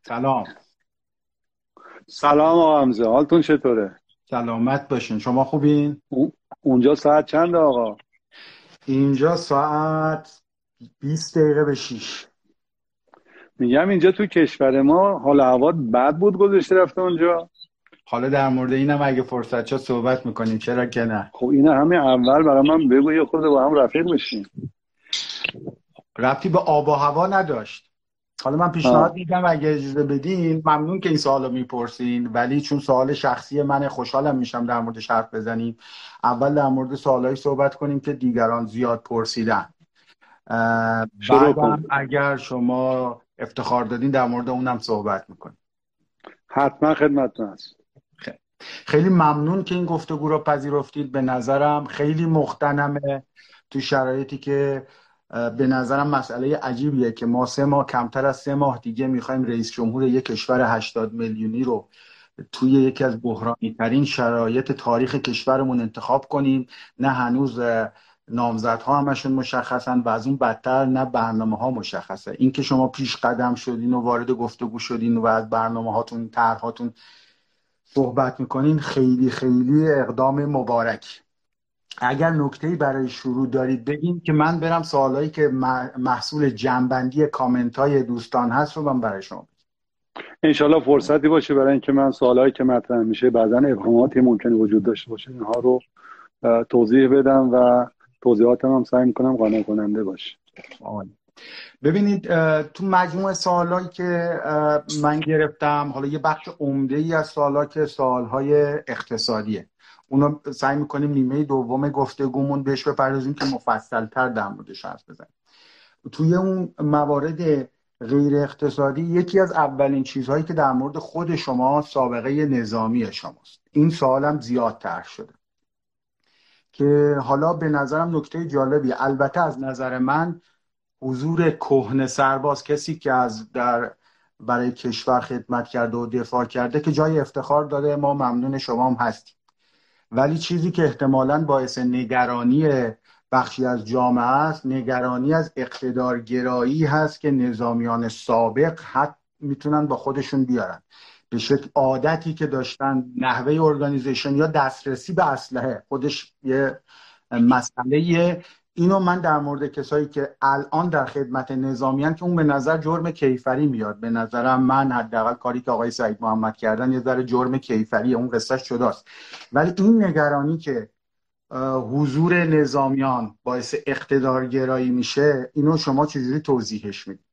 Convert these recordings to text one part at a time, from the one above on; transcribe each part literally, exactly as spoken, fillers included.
سلام. سلام آقا حمزه، حالتون چطوره؟ سلامت باشین، شما خوبین؟ اون- اونجا ساعت چنده آقا؟ اینجا ساعت بیست دقیقه به شیش. میگم اینجا تو کشور ما حال هوا بد بود گذاشته رفته اونجا. حالا در مورد اینم اگه فرصت شد صحبت میکنیم، چرا که نه. خب اینه همین اول برای من بگو یه خورده با هم رفیق بشیم. ربطی به آب و هوا نداشت. حالا من پیشنهاد ها. میدم اگه اجازه بدین، ممنون که این سوالو میپرسین، ولی چون سوال شخصی منه خوشحالم میشم در موردش حرف بزنیم. اول در مورد سوالایی صحبت کنیم که دیگران زیاد پرسیدن. اه، شروع بعدم کن. اگر شما افتخار دادین در مورد اونم صحبت میکنیم. حتما خدمتتون هست. خیلی خیلی ممنون که این گفتگو رو پذیرفتید. به نظرم خیلی مختنمه تو شرایطی که اه، به نظرم مسئله عجیبیه که ما سه ماه کمتر از سه ماه دیگه میخوایم رئیس جمهور یک کشور هشتاد میلیونی رو توی یکی از بحرانی ترین شرایط تاریخ کشورمون انتخاب کنیم. نه هنوز اه، نامزدها همشون مشخصن و از اون بدتر نه برنامه ها مشخصه. این که شما پیش قدم شدین و وارد گفتگو شدین و از برنامه هاتون طرحاتون صحبت میکنین، خیلی خیلی اقدام مبارک. اگر نکته‌ای برای شروع دارید بگین که من برم سوالایی که محصول جنبندی کامنت های دوستان هست رو من برای شما بگم. انشالله فرصتی باشه برای اینکه من سوالایی که مطرح میشه بعضا ابهاماتی ممکنه وجود داشته باشه اینها رو اه، توضیح بدم و توضیحاتم هم سعی میکنم قانع کننده باشه. عالی. ببینید، اه، تو مجموع سوالایی که اه، من گرفتم، حالا یه بخش عمده ای از سوالا که سوالهای اقتصادیه، اونا سعی میکنیم نیمه دوم گفتگومون بهش بپردازیم که مفصل‌تر در موردش حرف بزنیم. توی اون موارد غیر اقتصادی یکی از اولین چیزهایی که در مورد خود شما سابقه نظامی شماست. این سوالم زیادتر شده که حالا به نظرم نکته جالبی، البته از نظر من حضور کهنه سرباز، کسی که از در برای کشور خدمت کرده و دفاع کرده، که جای افتخار داره، ما ممنون شما هم هستیم. ولی چیزی که احتمالاً باعث نگرانی بخشی از جامعه است، نگرانی از اقتدارگرایی هست که نظامیان سابق حتی میتونن با خودشون بیارن، به شکل عادتی که داشتن، نحوه ارگانیزیشن یا دسترسی به اسلحه خودش یه مسئله. اینو من در مورد کسایی که الان در خدمت نظامیان، که اون به نظر جرم کیفری میاد، به نظرم من حداقل کاری که آقای سعید محمد کردن یه ذره جرم کیفری، اون قصهش جداست. ولی این نگرانی که حضور نظامیان باعث اقتدارگرایی میشه، اینو شما چجوری توضیحش میدید؟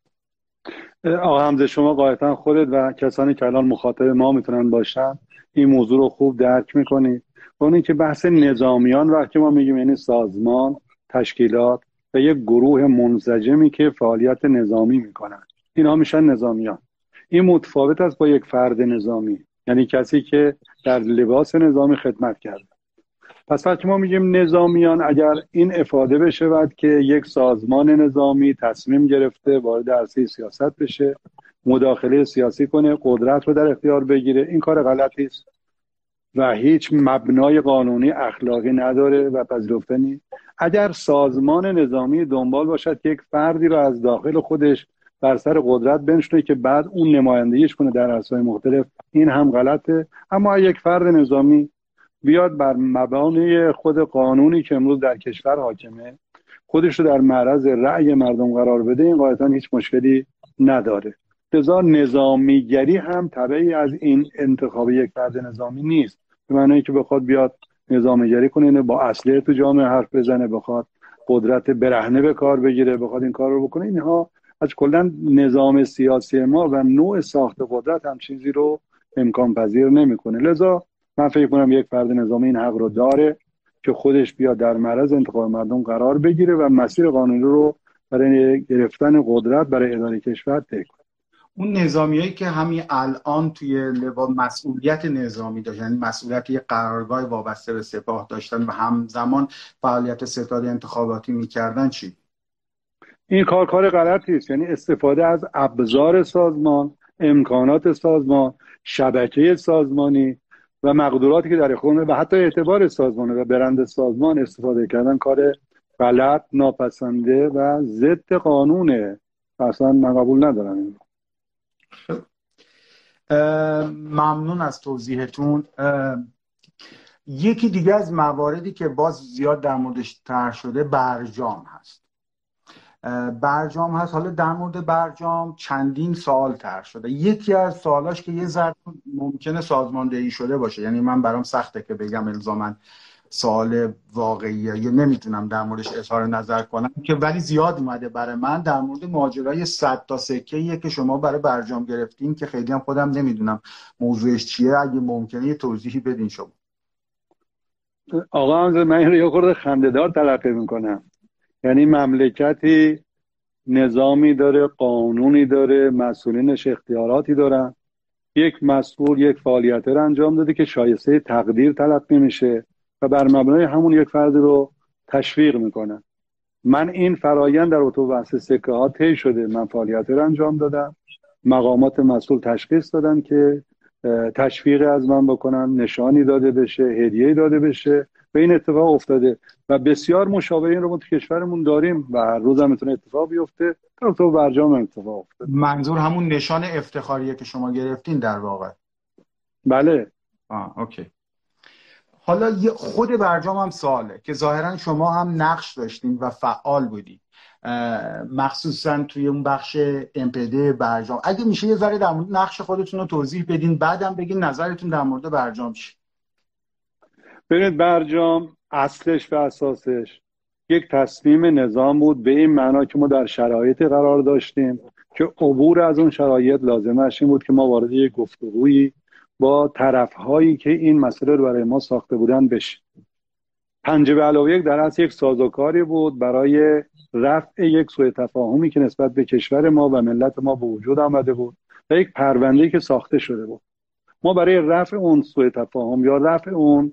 آقا حمزه، شما قاعدتا خودت و کسانی که الان مخاطب ما میتونن باشن این موضوع رو خوب درک میکنید. اون که بحث نظامیان وقتی ما میگیم یعنی سازمان، تشکیلات و یک گروه منسجمی که فعالیت نظامی میکنن، اینا میشن نظامیان. این متفاوت است با یک فرد نظامی، یعنی کسی که در لباس نظامی خدمت کرده. پس وقتی ما میگیم نظامیان، اگر این افاده بشود که یک سازمان نظامی تصمیم گرفته وارد عرصه سیاست بشه، مداخله سیاسی کنه، قدرت رو در اختیار بگیره، این کار غلطی است و هیچ مبنای قانونی اخلاقی نداره و پذیرفته نیست. اگر سازمان نظامی دنبال باشد یک فردی رو از داخل خودش بر سر قدرت بنشونه که بعد اون نمایندگیش کنه در عرصه‌های مختلف، این هم غلطه. اما یک فرد نظامی بیاد بر مبانی خود قانونی که امروز در کشور حاکمه خودش رو در معرض رأی مردم قرار بده، این قاعدتا هیچ مشکلی نداره. لذا نظامیگری هم تبعی از این انتخاب یک فرد نظامی نیست، به معنی که بخواد بیاد نظامیگری کنه، با اسلحه تو جامعه حرف بزنه، بخواد قدرت برهنه به کار بگیره، بخواد این کار رو بکنه. اینها از کلا نظام سیاسی ما و نوع ساخت قدرت هم چیزی رو امکان پذیر نمیکنه. لذا من فکر کنم یک فرد نظامی این حق رو داره که خودش بیاد در معرض انتخاب مردم قرار بگیره و مسیر قانونی رو برای گرفتن قدرت برای اداره کشور طی کنه. اون نظامیایی که همین الان توی لوا مسئولیت نظامی داشتن، یعنی مسئولیت یه قرارگاه وابسته به سپاه داشتن و همزمان فعالیت ستاد انتخاباتی میکردن، چی؟ این کار کار غلطی است، یعنی استفاده از ابزار سازمان، امکانات سازمان، شبکه سازمانی و مقدوراتی که در خونه و حتی اعتبار سازمان و برند سازمان استفاده کردن کار غلط، ناپسنده و ضد قانونه. اصلا من قبول ندارم این. ممنون از توضیحتون. یکی دیگه از مواردی که باز زیاد در موردش طرح شده برجام هست. برجام هست. حالا در مورد برجام چندین سوال طرح شده. یکی از سوالاش که یه ذره ممکنه سازماندهی شده باشه، یعنی من برام سخته که بگم الزاماً سوال واقعیه یا نمیتونم در موردش اظهار نظر کنم که، ولی زیاد اومده برای من در مورد ماجرای صد تا سکه‌ایه که شما برای برجام گرفتین که خیلی هم خودم نمیدونم موضوعش چیه. اگه ممکنه یه توضیحی بدین شما. آقا حمزه، من این رو یه خورده خنده‌دار تلقی میکنم. یعنی مملکتی نظامی داره، قانونی داره، مسئولینش اختیاراتی دارن. یک مسئول یک فعالیت رو انجام داده که شایسته تقدیر تلقی میشه و بر مبنای همون یک فرد رو تشویق میکنن. من این فرایند در اتو بحث سکه ها طی شده، من فعالیت رو انجام دادم، مقامات مسئول تشخیص دادن که تشویق از من بکنن، نشانی داده بشه، هدیه‌ای داده بشه و این اتفاق افتاده و بسیار مشابه این رو ما تو کشورمون داریم و هر روز هم میتونه اتفاق بیفته. در اتو برجام اتفاق افتاده. منظور همون نشان افتخاریه که شما گرفتین در واقع؟ بله. آه، اوکی. حالا خود برجام هم سواله که ظاهرا شما هم نقش داشتین و فعال بودین، مخصوصا توی اون بخش ام پی دی برجام. اگه میشه یه ذره در مورد نقش خودتون رو توضیح بدین، بعدم بگین نظرتون در مورد برجام چیه. ببینید، برجام اصلش و اساسش یک تصمیم نظام بود، به این معنا که ما در شرایطی قرار داشتیم که عبور از اون شرایط لازمش این بود که ما وارد یک گفتگویی با طرف‌هایی که این مسئله رو برای ما ساخته بودن بشیم. پنجه به علاوه یک در اصل یک سازوکاری بود برای رفع یک سوء تفاهمی که نسبت به کشور ما و ملت ما به وجود آمده بود و یک پرونده‌ای که ساخته شده بود. ما برای رفع اون سوء تفاهم یا رفع اون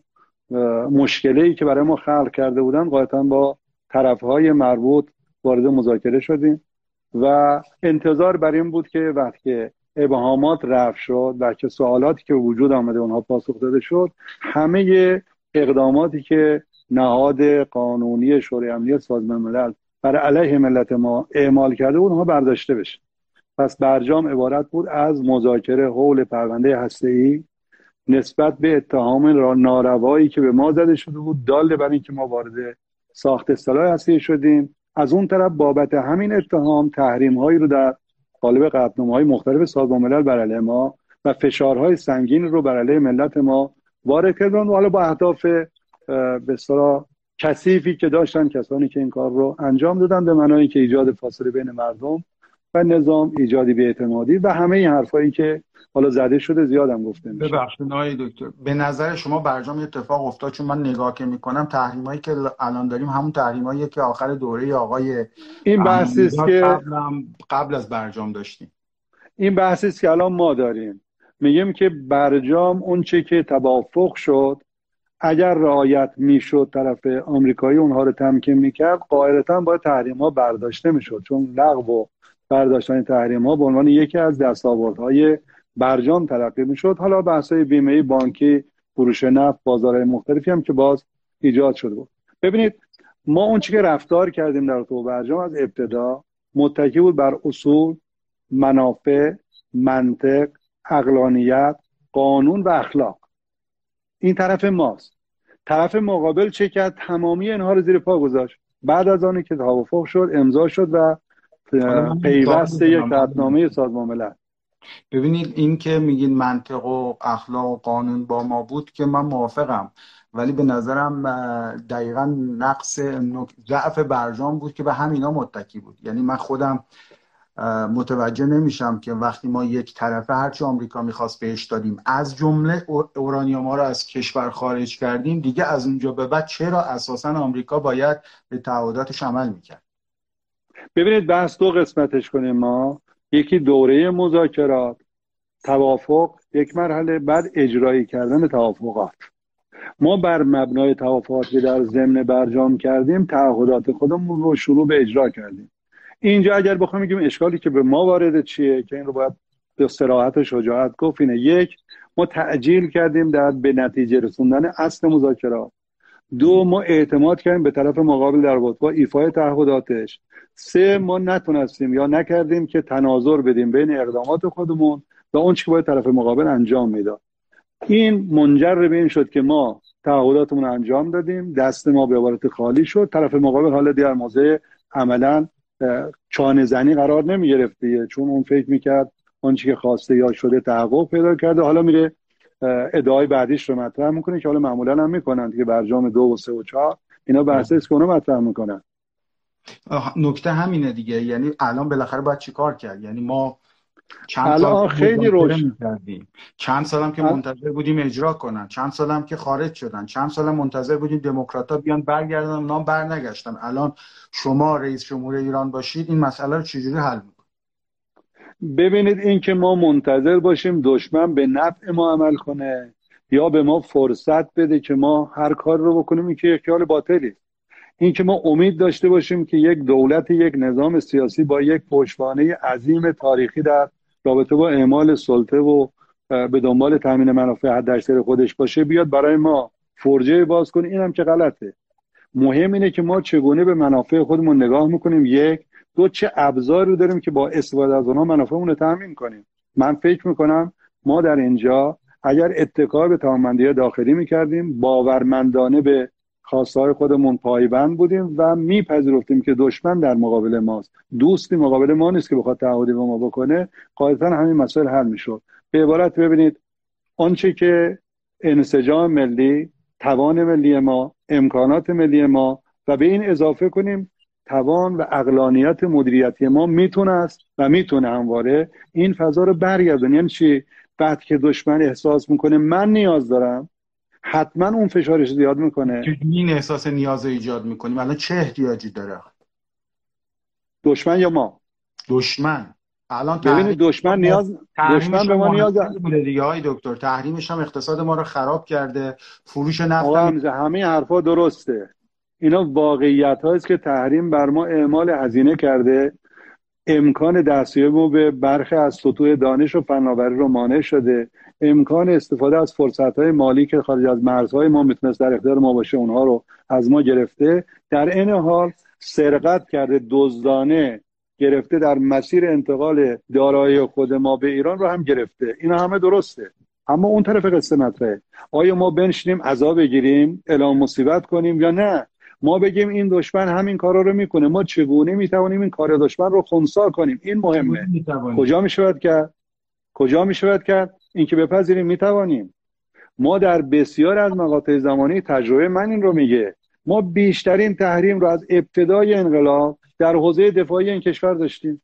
مشکلی که برای ما خلق کرده بودن قاطعاً با طرف‌های مربوط وارد مذاکره شدیم و انتظار بر این بود که وقتی ابهامات رفع شد و که سوالاتی که وجود آمده اونها پاسخ داده شد، همه اقداماتی که نهاد قانونی شورای امنیت سازمان ملل برای علیه ملت ما اعمال کرده بود اونها برداشته بشه. پس برجام عبارت بود از مذاکره حول پرونده هسته‌ای نسبت به اتهام ناروایی که به ما زده شده بود، دال بر این که ما وارد ساخت سلاح هسته‌ای شدیم. از اون طرف بابت همین اتهام تحریم هایی رو در قالب قطعنامه‌های مختلف سازمان ملل بر علیه ما و فشارهای سنگین رو بر علیه ملت ما وارد کردن و حالا با اهداف به اصطلاح کثیفی که داشتن کسانی که این کار رو انجام دادن، به معنای که ایجاد فاصله بین مردم و نظام، ایجادی بی‌اعتمادی و همه این حرفایی که حالا زده شده زیادم گفته میشه. ببخشید آقای دکتر، به نظر شما برجام اتفاق افتاد؟ چون من نگاه که میکنم تحریمایی که الان داریم همون تحریماییه که آخر دوره آقای این بحثی است که قبل, قبل از برجام داشتیم. این بحثی است که الان ما داریم. میگیم که برجام اون چه که توافق شد اگر رعایت میشد، طرف آمریکایی اونها رو تمکین میکرد، قاعدتا باید تحریم ها برداشته میشد، چون لغو و برداشتن تحریم ها به عنوان یکی از دستاوردهای برجام تلقی میشد. حالا بحث‌های بیمه‌ای، بانکی، فروش نفت، بازارهای مختلفی هم که باز ایجاد شده بود. ببینید، ما اون چیزی که رفتار کردیم در تو برجام از ابتدا متکی بود بر اصول، منافع، منطق، عقلانیت، قانون و اخلاق. این طرف ماست. طرف مقابل چه کرد؟ تمامی اینها رو زیر پا گذاشت. بعد از آنی که توافق شد، امضا شد و پیوست یک قطعنامه سازمان ملل. ببینید، این که میگین منطق و اخلاق و قانون با ما بود که من موافقم، ولی به نظرم دقیقاً نقص ضعف برجام بود که به همینا متکی بود. یعنی من خودم متوجه نمیشم که وقتی ما یک طرفه هرچی آمریکا میخواست بهش دادیم، از جمله اورانیوم ها رو از کشور خارج کردیم، دیگه از اونجا به بعد چرا اساساً آمریکا باید به تعهداتش عمل میکرد؟ ببینید، بحث دو قسمتش کنیم. ما یکی دوره مذاکرات، توافق یک مرحله، بعد اجرایی کردن توافقات. ما بر مبنای توافقاتی که در ضمن برجام کردیم تعهدات خودمون رو شروع به اجرا کردیم. اینجا اگر بخوایم بگیم اشکالی که به ما وارد چیه، که این رو باید به صراحت و شجاعت گفت، اینه: یک، ما تعجیل کردیم در به نتیجه رسوندن اصل مذاکرات. دو، ما اعتماد کردیم به طرف مقابل در رابطه با ایفای تعهداتش. سه، ما نتونستیم یا نکردیم که تناظر بدیم بین اقدامات خودمون و اون چی که باید طرف مقابل انجام میداد. این منجر به این شد که ما تعهداتمون رو انجام دادیم، دست ما به عبارت خالی شد، طرف مقابل حالا در موضع عملا چانه زنی قرار نمی گرفت دیگه، چون اون فکر میکرد اون چی که خواسته یا شده تحقق پیدا کرده، حالا میره ادعای بعدیش رو مطرح میکنه که حالا معمولا هم میکنن دیگه، برجام دو و سه و چهار اینا بحث اسکونو مطرح میکنن. نکته همینه دیگه، یعنی الان بالاخره باید چیکار کرد؟ یعنی ما چند الان سال خیلی روش می‌کردیم، چند سالم که منتظر بودیم اجرا کنن، چند سالم که خارج شدن، چند سالم منتظر بودیم دموکرات‌ها بیان برگردن، نام برنگشتن. الان شما رئیس جمهور ایران باشید، این مسئله رو چجوری حل می‌کنید؟ ببینید، این که ما منتظر باشیم دشمن به نفع ما عمل کنه یا به ما فرصت بده که ما هر کار رو بکنیم، این که یک خیال باطلی. این که ما امید داشته باشیم که یک دولت، یک نظام سیاسی با یک پشتوانه عظیم تاریخی در رابطه با اعمال سلطه و به دنبال تامین منافع حداکثر خودش باشه بیاد برای ما فرجه باز کنه، این هم که غلطه. مهم اینه که ما چگونه به منافع خودمون نگاه میکنیم، یک. دو، چه ابزاری رو داریم که با استفاده از اونها منافعمون رو تامین کنیم. من فکر میکنم ما در اینجا اگر اتکا به توانمندی داخلی میکردیم، باورمندانه به خواستهای خودمون پایبند بودیم و میپذیرفتیم که دشمن در مقابل ماست، دوستی مقابل ما نیست که بخواد تعهدی به ما بکنه، قاعدتا همین مسائل حل میشد. به عبارت ببینید، آنچه که انسجام ملی، توان ملی ما، امکانات ملی ما و به این اضافه کنیم توان و عقلانیت مدیریتی ما میتونه است و میتونه همواره این فضا رو برگردونه. یعنی چی؟ بعد که دشمن احساس میکنه من نیاز دارم، حتما اون فشارش زیاد میکنه. این احساس نیاز ایجاد میکنیم. الان چه احتیاجی داره دشمن یا ما؟ دشمن. الان ببینید، دشمن نیاز دشمن به ما نیاز داره دیگه های دکتر. تحریمش هم اقتصاد ما رو خراب کرده، فروش نفت هم... همه حرفا درسته، اینا واقعیت هاییست که تحریم بر ما اعمال هزینه کرده، امکان دستیابی به برخی از سطوح دانش و فناوری رو مانع شده، امکان استفاده از فرصت‌های مالی که خارج از مرزهای ما میتونست در اختیار ما باشه اونها رو از ما گرفته، در این حال سرقت کرده، دزدانه گرفته، در مسیر انتقال دارایی خود ما به ایران رو هم گرفته. اینا همه درسته، اما اون طرف قصه مطرحه. آیا ما بنشینیم عذاب بگیریم، اعلام مصیبت کنیم، یا نه ما بگیم این دشمن همین کارا رو میکنه، ما چگونه میتوانیم این کار دشمن رو خنثی کنیم؟ این مهمه. کجا میشود کرد؟ کجا میشود کرد؟ این که بپذیریم میتوانیم. ما در بسیار از مقاطع زمانی، تجربه من این رو میگه، ما بیشترین تحریم رو از ابتدای انقلاب در حوزه دفاعی این کشور داشتیم.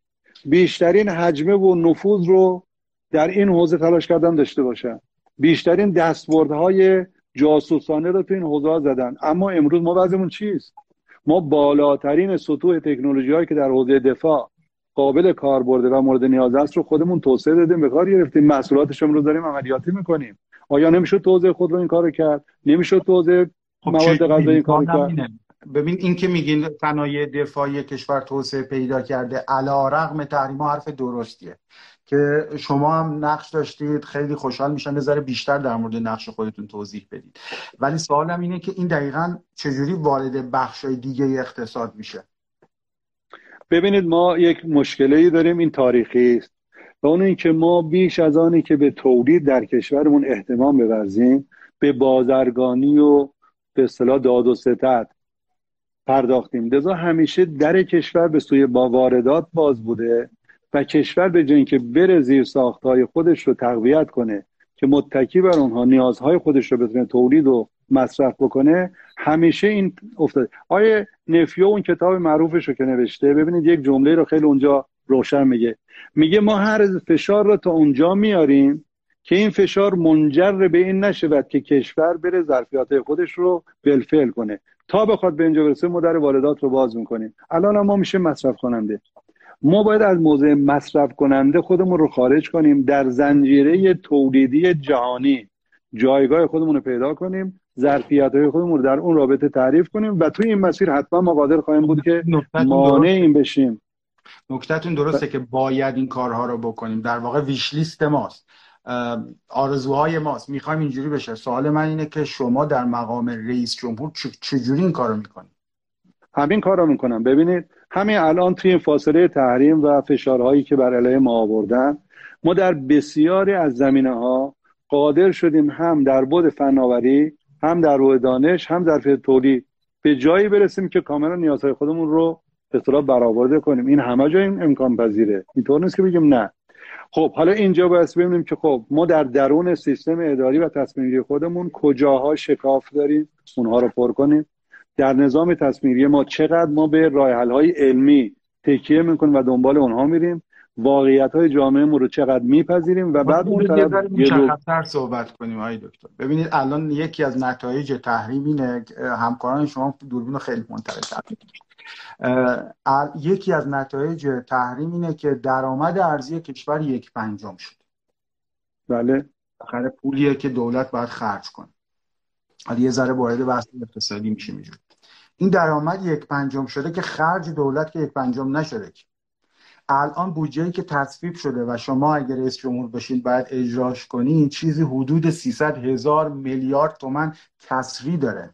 بیشترین حجمه و نفوذ رو در این حوزه تلاش کردن داشته باشن، بیشترین دستبردهای جاسوسانه رو تو این حوزه زدن. اما امروز ما وضعمون چیست؟ ما بالاترین سطوح تکنولوژی هایی که در حوزه دفاع قابل کاربرد و مورد نیاز است رو خودمون توسعه دادیم، به کار گرفتیم، محصولاتش رو داریم عملیاتی میکنیم. آیا نمیشد توزیع خود رو این کارو کرد؟ نمیشد توزیع خب مواد غذایی این کارو کرد؟ ببین، این که میگین صنایع دفاعی کشور توسعه پیدا کرده علیرغم تحریم ها، حرف درستیه که شما هم نقش داشتید. خیلی خوشحال میشم یه ذره بیشتر در مورد نقش خودتون توضیح بدید. ولی سوالم اینه که این دقیقاً چجوری وارد بخشای دیگه اقتصاد میشه؟ ببینید، ما یک مشکلی داریم، این تاریخی است، و اون این که ما بیش از آنی که به تولید در کشورمون اهتمام بورزیم، به بازرگانی و به اصطلاح داد و ستد پرداختیم. لذا همیشه در کشور به سوی با واردات باز بوده و کشور به جای اینکه بره زیر ساختهای خودش رو تقویت کنه که متکی بر اونها نیازهای خودش رو بتونه تولید و مصرف بکنه، همیشه این افتاده. آیه نفیو اون کتاب معروفش رو که نوشته، ببینید یک جمله رو خیلی اونجا روشن میگه، میگه ما هر فشار رو تا اونجا میاریم که این فشار منجر به این نشود که کشور بره ظرفیت خودش رو بالفعل کنه. تا بخواد به اینجا برسه ما در واردات رو باز میکنیم. الان هم ما میشه مصرف کننده. ما باید از موضع مصرف کننده خودمون رو خارج کنیم، در زنجیره تولیدی جهانی جایگاه خودمون رو پیدا کنیم، ظرفیت‌های خودمون رو در اون رابطه تعریف کنیم و توی این مسیر حتما ما قادر خواهیم بود که مانع این بشیم. نکته‌تون درسته ب... که باید این کارها رو بکنیم، در واقع ویش لیست ماست. آرزوهای ماست، میخوایم اینجوری بشه. سوال من اینه که شما در مقام رئیس جمهور چجوری این کارو میکنید؟ همین کارو میکنم. ببینید همین الان توی این فاصله تحریم و فشارهایی که بر علیه ما آوردن، ما در بسیاری از زمینه‌ها قادر شدیم هم در بعد فناوری، هم در بعد دانش، هم در تولید به جایی برسیم که کاملا نیازهای خودمون رو به اصطلاح برآورده کنیم. این همه جا این امکان پذیره، اینطور نیست که بگیم نه. خب حالا اینجا باید ببینیم که خب ما در درون سیستم اداری و تصمیم‌گیری خودمون کجاها شکاف داریم، اونها رو پر کنیم. در نظام تصمیم‌گیری ما چقدر ما به راه‌حل‌های علمی تکیه میکنیم و دنبال اونها میریم، واقعیت‌های جامعه‌مون رو چقدر میپذیریم و بعد اون طرف مشخص‌تر صحبت کنیم. آقای دکتر ببینید الان یکی از نتایج تحریم اینه، همکاران شما دوربین رو خیلی منطقه کردید، یکی از نتایج تحریم اینه که درآمد ارزی کشور یک پنجم شد. بله. آخر پولیه که دولت باید خرج کنه. حالا یه ذره وارد بحث اقتصادی میشه میجون. این درآمد یک پنجم شده که خرج دولت که یک پنجم نشده. که الان بودجه‌ای که تصویب شده و شما اگر رئیس جمهور بشین باید اجراش کنین، چیزی حدود سیصد هزار میلیارد تومان کسری داره.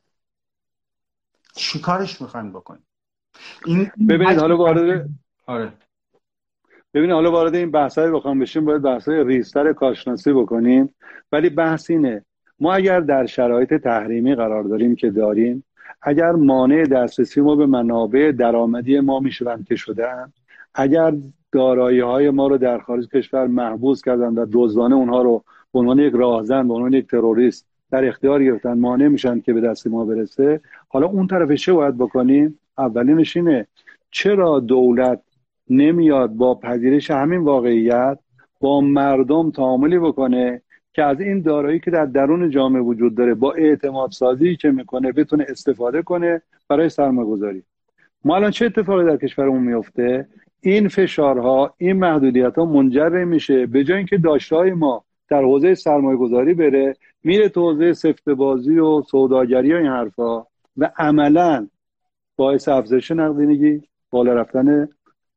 چیکارش میخواین بکنین؟ این ببینید حالا وارد آره ببینید حالا وارد این بحث‌های بخوام بشیم باید بحث‌های ریزتر کارشناسی بکنیم، ولی بحث اینه ما اگر در شرایط تحریمی قرار داریم که داریم، اگر مانع دسترسی ما به منابع درآمدی ما میشوند که شدن، اگر دارایی‌های ما رو در خارج کشور محبوس کردن و دزدانه اونها رو به عنوان یک راهزن، به عنوان یک تروریست در اختیار گرفتن، مانع میشن که به دست ما برسه، حالا اون طرفش چه باید بکنیم؟ اولینش اینه چرا دولت نمیاد با پذیرش همین واقعیت با مردم تعاملی بکنه که از این دارایی که در درون جامعه وجود داره با اعتماد سازی که میکنه بتونه استفاده کنه برای سرمایه‌گذاری. ما الان چه اتفاقی در کشورمون میفته؟ این فشارها، این محدودیت‌ها منجر میشه به جای اینکه داشته‌های ما در حوزه سرمایه‌گذاری بره، میره تو حوزه سفته بازی و سوداگری و این حرفا و عملاً باعث افزایش نقدینگی، بالا رفتن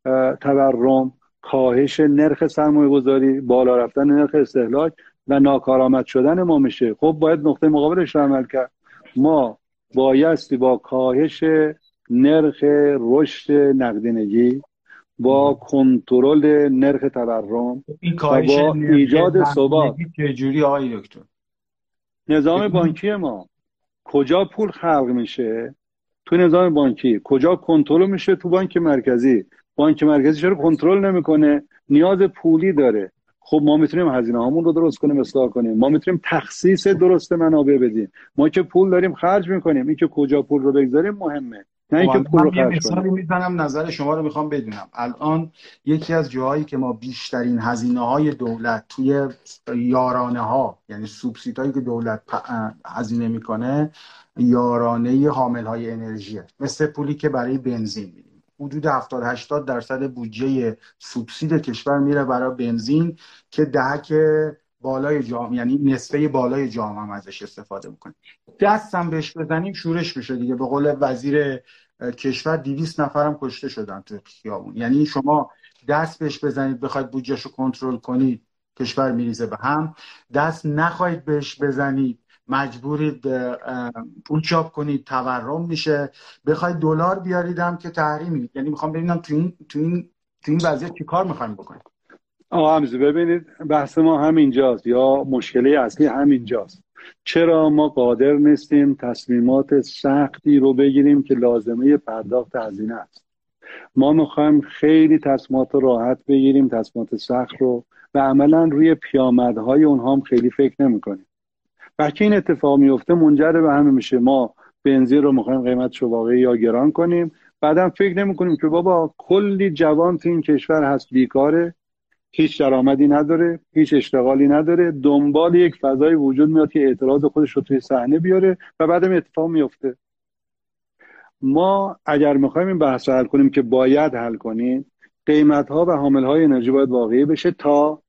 تورم، کاهش نرخ سرمایه‌گذاری، بالا رفتن نرخ استهلاک و ناکارآمد شدن ما میشه. خب باید نقطه مقابلش رو عمل کرد. ما بایستی با کاهش نرخ رشد نقدینگی، با کنترل نرخ تورم و با ایجاد ثبات چجوری آقای دکتر نظام بانکی ما کجا پول خلق میشه؟ تو نظام بانکی. کجا کنترل میشه؟ تو بانک مرکزی. بانک مرکزی چرا کنترل نمیکنه؟ نیاز پولی داره. خب ما میتونیم هزینه هامون رو درست کنیم، اصلاح کنیم. ما میتونیم تخصیص درست منابع بدیم. ما که پول داریم خرج میکنیم، این که کجا پول رو بگذاریم مهمه، نه اینکه پول رو خرج کنیم. مثالی میزنم نظر شما رو میخوام بدونم. الان یکی از جاهایی که ما بیشترین هزینه های دولت توی یارانه ها، یعنی سوبسید هایی که دولت هزینه میکنه، یارانه حامل های انرژیه، مثل پولی که برای بنزین میدیم. حدود هفتاد هشتاد درصد بودجه سوبسید کشور میره برای بنزین که دهک بالای جامعه، یعنی نصفه بالای جامعه هم ازش استفاده میکنه. دستم بهش بزنیم شورش میشه دیگه. به قول وزیر کشور دویست نفرم کشته شدن تو خیابون. یعنی شما دست بهش بزنید بخواید بودجهشو کنترل کنید، کشور میریزه به هم. دست نخواهید بهش بزنید، مجبورید پول چاپ کنید، تورم میشه. بخواید دلار بیاریدم که تحریمی. یعنی میخوام ببینم تو این تو این تو این وضعیت چیکار میخوایم بکنیم. آقا حمزه ببینید بحث ما همینجاست، یا مشکلی اصلی همینجاست. چرا ما قادر نیستیم تصمیمات سختی رو بگیریم که لازمه پرداخت هزینه است؟ ما میخوایم خیلی تصمیمات راحت بگیریم، تصمیمات سخت رو، و عملا روی پیامدهای اونها هم خیلی فکر نمیکنیم. وقتی این اتفاق میفته منجر به همین میشه ما بنزین رو میخوایم قیمتش رو واقعی یا گران کنیم، بعدم فکر نمیکنیم که بابا کلی جوان تو این کشور هست بیکاره، هیچ درآمدی نداره، هیچ اشتغالی نداره، دنبال یک فضای وجود میاد که اعتراض خودش رو توی صحنه بیاره و بعدم اتفاق میفته. ما اگر میخوایم این بحث رو حل کنیم که باید حل کنیم، قیمت‌ها و حامل‌های انرژی باید واقعی بشه تا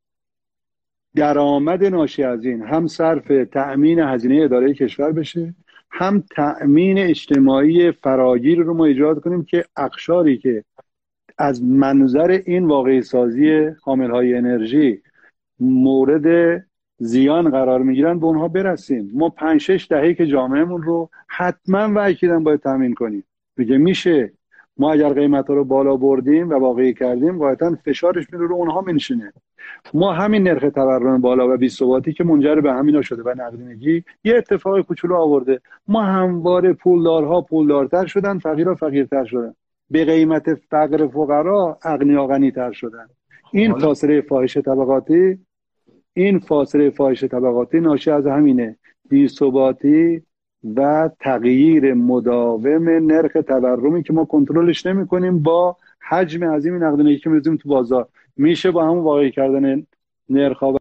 درآمد ناشی از این هم صرف تأمین هزینه اداره کشور بشه، هم تأمین اجتماعی فراگیر رو ما ایجاد کنیم که اقشاری که از منظر این واقعی سازی حامل‌های انرژی مورد زیان قرار میگیرن به اونها برسیم. ما پنج شش دهه که جامعهمون رو حتما و اکیداً باید تامین کنیم. میگه میشه. ما اگر قیمت ها رو بالا بردیم و واقعی کردیم قاعدتا فشارش میره رو اونها میشینه. ما همین نرخ تورم بالا و بی‌ثباتی که منجر به همینا شده و نقدینگی یه اتفاق کوچولو آورده. ما همواره پولدارها پولدارتر شدن، فقیرها فقیرتر شدن، به قیمت فقر فقرا اغنیا غنی‌تر شدن. این حالا فاصله فاحش طبقاتی این فاصله فاحش طبقاتی ناشی از همینه، بی‌ثباتی و تغییر مداوم نرخ تورمی که ما کنترلش نمی‌کنیم با حجم عظیم نقدینگی که می‌ذاریم تو بازار. میشه با همون واقعی کردن نرخ‌ها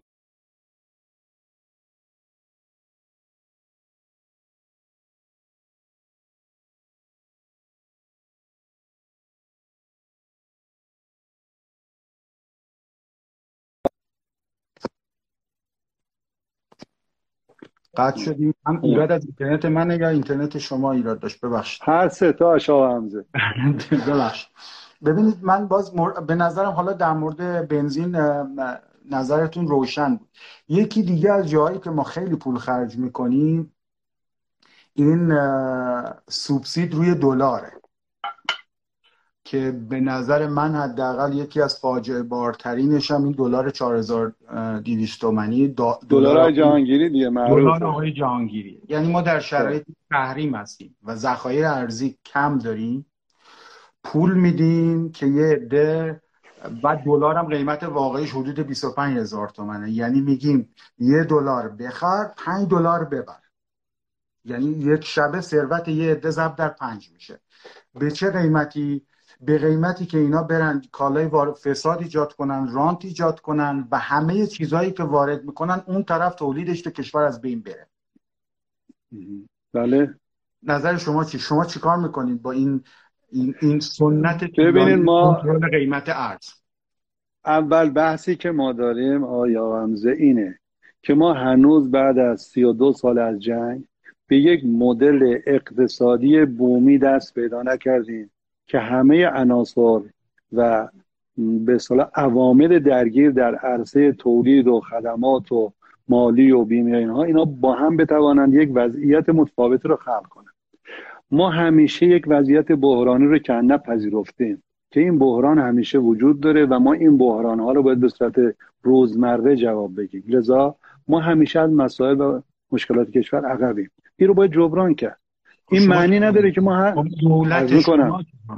قطع شدیم. هم ایراد از اینترنت منه یا اینترنت شما ایراد داشت؟ ببخشید. هر سه تا آقا حمزه. ببخشید. ببینید من باز مر... به نظرم حالا در مورد بنزین اه، نظرتون روشن بود. یکی دیگه از جاهایی که ما خیلی پول خرج میکنیم این اه، سوبسید روی دلاره که به نظر من حداقل یکی از فاجعه بارترینش هم این دلار چهار هزار و دویست تومانی دا- دلار دلار های جهانگیری دیگه دلار معروفه. آقای جهانگیری. یعنی ما در شرایط تحریم هستیم و ذخایر ارزی کم داریم، پول میدیم که یه عده، بعد دلار هم قیمت واقعیش حدود بیست و پنج هزار تومنه، یعنی میگیم یه دلار بخر پنج دلار ببر، یعنی یک شبه ثروت یه عده ضرب در پنج میشه. به چه قیمتی؟ به قیمتی که اینا برن کالای وار- فساد ایجاد کنن، رانت ایجاد کنن و همه چیزهایی که وارد میکنن اون طرف تولیدش تو کشور از بین بره. بله. نظر شما چی؟ شما چیکار میکنید با این این, این سنت ببینید طولانی ما کنترل قیمت ارز؟ اول بحثی که ما داریم آیا حمزه اینه که ما هنوز بعد از سی و دو سال از جنگ به یک مدل اقتصادی بومی دست پیدا نکردیم که همه عناصر و به اصطلاح عوامل درگیر در عرصه تولید و خدمات و مالی و بیمه اینها اینا با هم بتوانند یک وضعیت متفاوتی رو خلق کنند. ما همیشه یک وضعیت بحرانی رو که نپذیرفتیم که این بحران همیشه وجود داره و ما این بحران ها رو باید به صورت روزمره جواب بدیم. لذا ما همیشه از مسائل و مشکلات کشور عقبیم. این رو باید جبران کرد. این شما معنی نداره که ما هر عرض دولت میکنم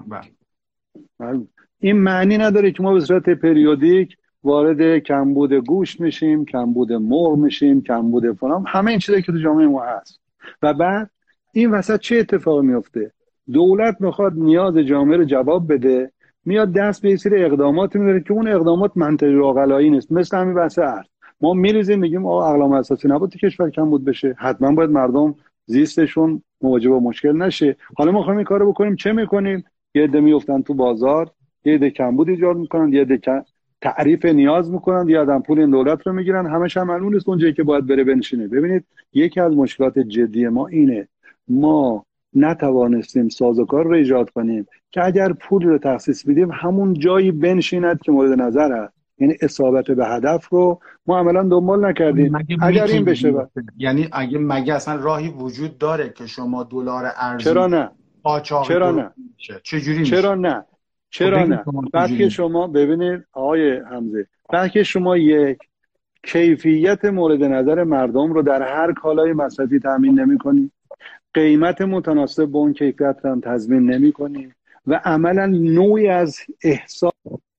شما این معنی نداره که ما به صورت پریودیک وارد کمبود گوشت میشیم، کمبود مرغ میشیم، کمبود فلان، همه این چیزایی که تو جامعه ما هست. و بعد این وسط چه اتفاقی میفته؟ دولت میخواد نیاز جامعه رو جواب بده، میاد دست به یه سری اقدامات میذاره که اون اقدامات منطقی و عقلایی نیست. مثل همین بحث ارز، ما میریزیم میگیم آقا اقلام اساسی نبود که کشور کمبود بشه، حتما باید مردم زیستشون مواجه با مشکل نشه. حالا ما میخوایم این کارو بکنیم، چه میکنیم؟ یه عده میافتن تو بازار، یه عده کمبود ایجاد میکنن، یه عده تعریف نیاز میکنن، یه آدم پول این دولت رو میگیرن، همش هم معلوم نیست اونجایی که باید بره بنشینه. ببینید یکی از مشکلات جدی ما اینه، ما نتوانستیم سازوکار رو ایجاد کنیم که اگر پول رو تخصیص بدیم همون جایی بنشیند که مورد نظر هست. یعنی اصابت به هدف رو ما عملا دنبال نکردیم. اگر این بشه با... یعنی اگه مگه اصلا راهی وجود داره که شما دلار ارزی چرا نه؟ قاچاقی چرا نه؟ چجوری میشه؟ چرا نه؟ چرا نه؟ وقتی شما ببینید آقای حمزه، وقتی شما یک کیفیت مورد نظر مردم رو در هر کالای مصرفی تامین نمی‌کنید، قیمت متناسب با اون کیفیت رو هم تضمین نمی‌کنید و عملا نوعی از احساس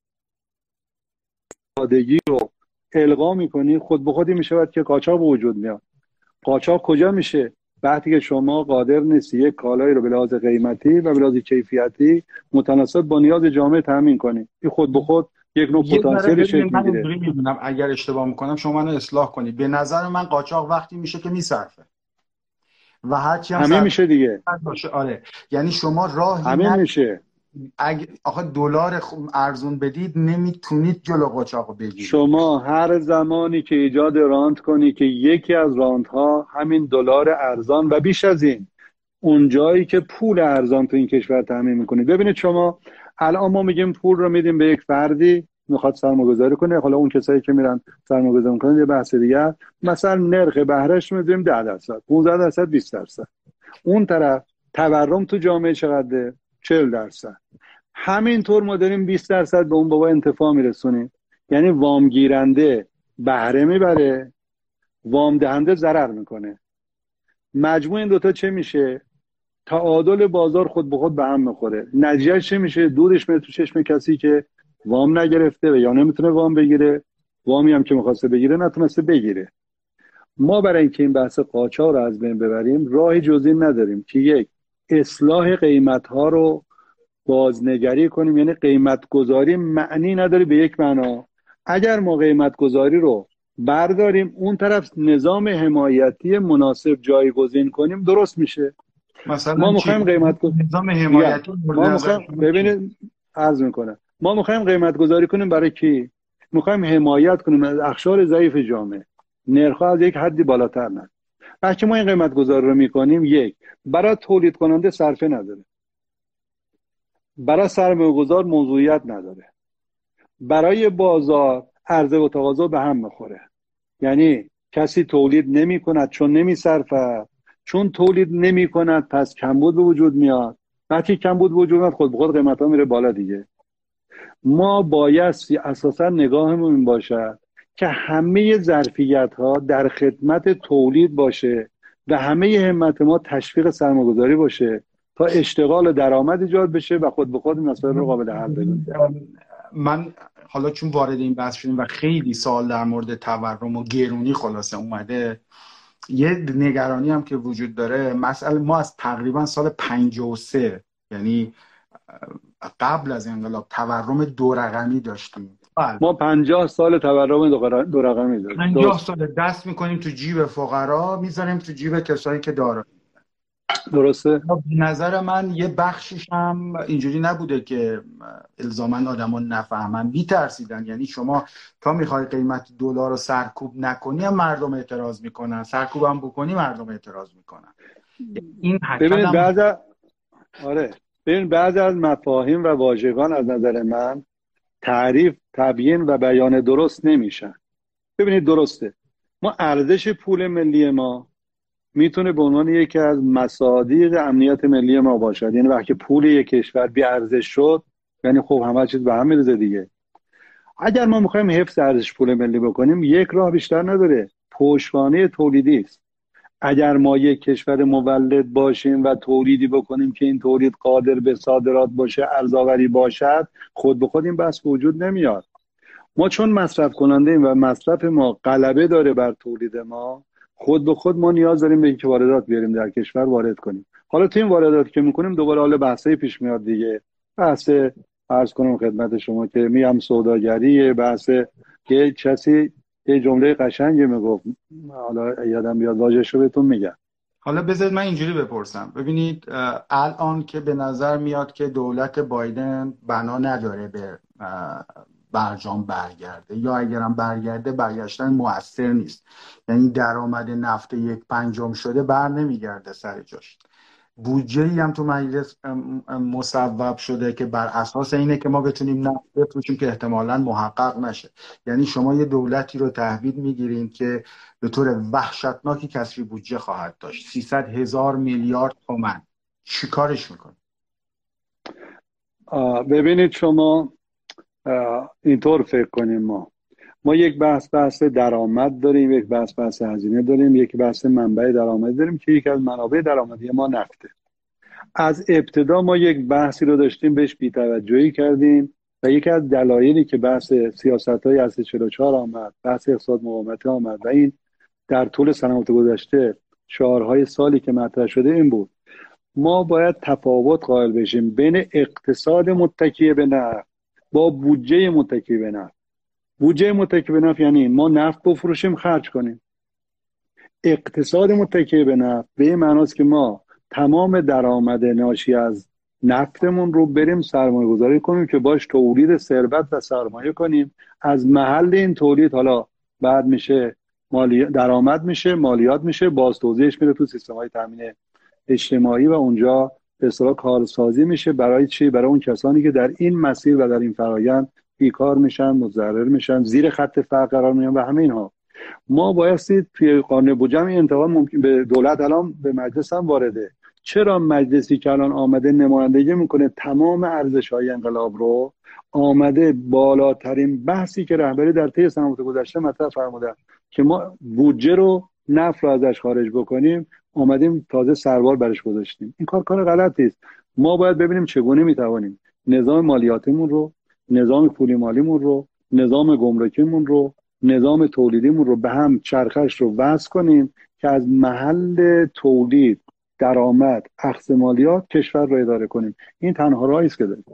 سادگی رو القا می‌کنید، خود به خودی میشود که قاچاق به وجود میاد. قاچاق کجا میشه؟ وقتی که شما قادر نیستی یک کالایی رو به لحاظ قیمتی و به لحاظ کیفیتی متناسب با نیاز جامعه تامین کنی. این خود به خود یک نوع پتانسیلی شکل میگیره. من اینجوری میدونم، اگر اشتباه میکنم شما منو اصلاح کنید. به نظر من قاچاق وقتی میشه که میصرفه و هرچی هم همین میشه دیگه. باشه. آره یعنی شما راهی همین ن... میشه. اگه آخه دلار ارزون بدید نمیتونید جلو قاچاقو بگیرید. شما هر زمانی که ایجاد رانت کنی که یکی از رانت ها همین دلار ارزان و بیش از این، اون جایی که پول ارزان تو این کشور تامین میکنید. ببینید شما الان ما میگیم پول رو میدیم به یک فردی میخواد سرمایه‌گذاری کنه، حالا اون کسایی که میرن سرمایه‌گذاری میکنن یه بحث دیگه، مثلا نرخ بهرهش میذاریم ده درصد، پانزده درصد، بیست درصد. اون طرف تورم تو جامعه چقدره؟ چهل درصد. همینطور ما داریم بیست درصد به اون بابا انتفاع میرسونیم. یعنی وام گیرنده بهره میبره، وام دهنده ضرر میکنه. مجموع این دوتا چه میشه؟ تعادل بازار خود به خود به هم میخوره. نتیجه چه میشه؟ دودش میره تو چشم کسی که وام نگرفته و یا نمیتونه وام بگیره، وامی هم که میخواسته بگیره نتونسته بگیره. ما برای اینکه این بحث قاچاق رو از بین ببریم راه جز این نداریم که یک، اصلاح قیمت ها رو بازنگری کنیم. یعنی قیمت گذاری معنی نداره به یک معنا. اگر ما قیمت گذاری رو برداریم اون طرف نظام حمایتی مناسب جایگزین کنیم درست میشه. ما مثلا میخوایم چی قیمت گذاری نظام میگم حمایتی مورد ما نظر میخوایم شما چیه؟ ببینید عرض میکنم ما میخوایم قیمت گذاری کنیم برای کی؟ میخوایم حمایت کنیم از اقشار ضعیف جامعه، نرخ‌ها از یک حدی بالاتر نه. وقتی ما این قیمت گذاری رو میکنیم، یک، برای تولید کننده صرفه نداره، برای سرمایه گذار موضوعیت نداره، برای بازار عرضه و تقاضا به هم میخوره. یعنی کسی تولید نمی کند چون نمی صرفه، چون تولید نمی کند پس کمبود به وجود میاد، وقتی کمبود به وجود میاد خود به خود قیمت ها میره بالا دیگه. ما باید اساسا نگاهمون این باشه که همه ظرفیت ها در خدمت تولید باشه و همه همت ما تشویق سرمایه‌گذاری باشه تا اشتغال و درآمد ایجاد بشه و خود به خود مسائل رو قابل حل بدونیم. من حالا چون وارد این بحث شدیم و خیلی سوال در مورد تورم و گرونی خلاصه اومده، یه نگرانی هم که وجود داره، مسئله ما از تقریبا سال پنجاه و سه، یعنی قبل از انقلاب، تورم دو رقمی داشتیم. ما پنجاه سال تورم دو رقمی داریم. پنجاه سال دست میکنیم تو جیب فقرا، میذاریم تو جیب کسایی که داره. درسته؟ به نظر من یه بخشش هم اینجوری نبوده که الزاما آدما نفهمن، بی‌ترسیدن. یعنی شما تا میخوای قیمت دلار رو سرکوب نکنی هم مردم اعتراض میکنن، سرکوب هم بکنی مردم اعتراض میکنن. این ببینید حکم بعض از... آره ببین بعضی از مفاهیم و واژگان از نظر من تعریف، تبیین و بیان درست نمیشن. ببینید درسته، ما ارزش پول ملی ما میتونه به عنوان یکی از مصادیق امنیت ملی ما باشد. یعنی وقتی پول یک کشور بی ارزش شد، یعنی خب همه چیز به هم میرزه دیگه. اگر ما میخوایم حفظ ارزش پول ملی بکنیم، یک راه بیشتر نداره، پشتوانه تولیدی است. اگر ما یک کشور مولد باشیم و تولیدی بکنیم که این تولید قادر به صادرات باشه، ارزآوری باشد، خود به خود این بحث وجود نمیاد. ما چون مصرف کننده ایم و مصرف ما غلبه داره بر تولید ما، خود به خود ما نیاز داریم به اینکه واردات بیاریم در کشور وارد کنیم. حالا تو این واردات که میکنیم دوباره حالا بحثایی پیش میاد دیگه. بحث عرض کنم خدمت شما که میام سوداگریه، بحث که کسی یه جمله قشنگی میگفت، حالا یادم بیاد واژه‌ش رو بهتون میگم. حالا بذارید من اینجوری بپرسم. ببینید الان که به نظر میاد که دولت بایدن بنا نداره به برجام برگرده، یا اگرم برگرده برگشتن موثر نیست. یعنی درآمد نفت یک پنجم شده بر نمیگرده سر جاش. بودجه‌ای هم تو مجلس مصوب شده که بر اساس اینه که ما بتونیم نفت بفروشیم که احتمالاً محقق نشه. یعنی شما یه دولتی رو تحویل میگیرین که به طور وحشتناکی کسری بودجه خواهد داشت، سیصد هزار میلیارد تومان. چی کارش میکنه؟ ببینید شما اینطور فکر کنیم، ما ما یک بحث بحث درآمد داریم، یک بحث بحث هزینه داریم، یک بحث منبع درآمد داریم که یکی از منابع درآمدی ما نفته. از ابتدا ما یک بحثی رو داشتیم بهش بی‌توجهی کردیم و یکی از دلایلی که بحث سیاست‌های اصل چهل و چهار آمد، بحث اقتصاد مقاومتی آمد و این در طول سنوات گذشته شعارهای سالی که مطرح شده این بود: ما باید تفاوت قائل بشیم بین اقتصاد متکی به نفت با بودجه متکی به نفت. بودجه متکی به نفت یعنی ما نفت بفروشیم خرج کنیم. اقتصاد متکی به نفت به این معناست که ما تمام درآمد ناشی از نفتمون رو بریم سرمایه گذاری کنیم که باش تولید ثروت و سرمایه کنیم. از محل این تولید حالا بعد میشه مالی... درآمد میشه، مالیات میشه، باز توزیعش میره تو سیستم‌های تامین اجتماعی و اونجا به اصطلاح کارسازی میشه. برای چی؟ برای اون کسانی که در این مسیر و در این فرآیند بیکار میشن، متضرر میشن، زیر خط فقر قرار میگیرن و همه اینها. ما بایستی توی قانون بودجه این انتقاد ممکن به دولت الان به مجلس هم وارده. چرا مجلسی که الان آمده نمایندگی میکنه تمام ارزش‌های انقلاب رو، آمده بالاترین بحثی که رهبری در طی سنوات گذشته مطرح فرموده که ما بودجه رو نفت رو ازش خارج بکنیم، آمدیم تازه سروار برش گذاشتیم. این کار کار غلطی است. ما باید ببینیم چگونه میتوانیم نظام مالیاتیمون رو، نظام پولی مالیمون رو، نظام گمرکیمون رو، نظام تولیدیمون رو به هم چرخش رو وصل کنیم که از محل تولید، درآمد، اخذ مالیات کشور رو اداره کنیم. این تنها راهی است که داریم.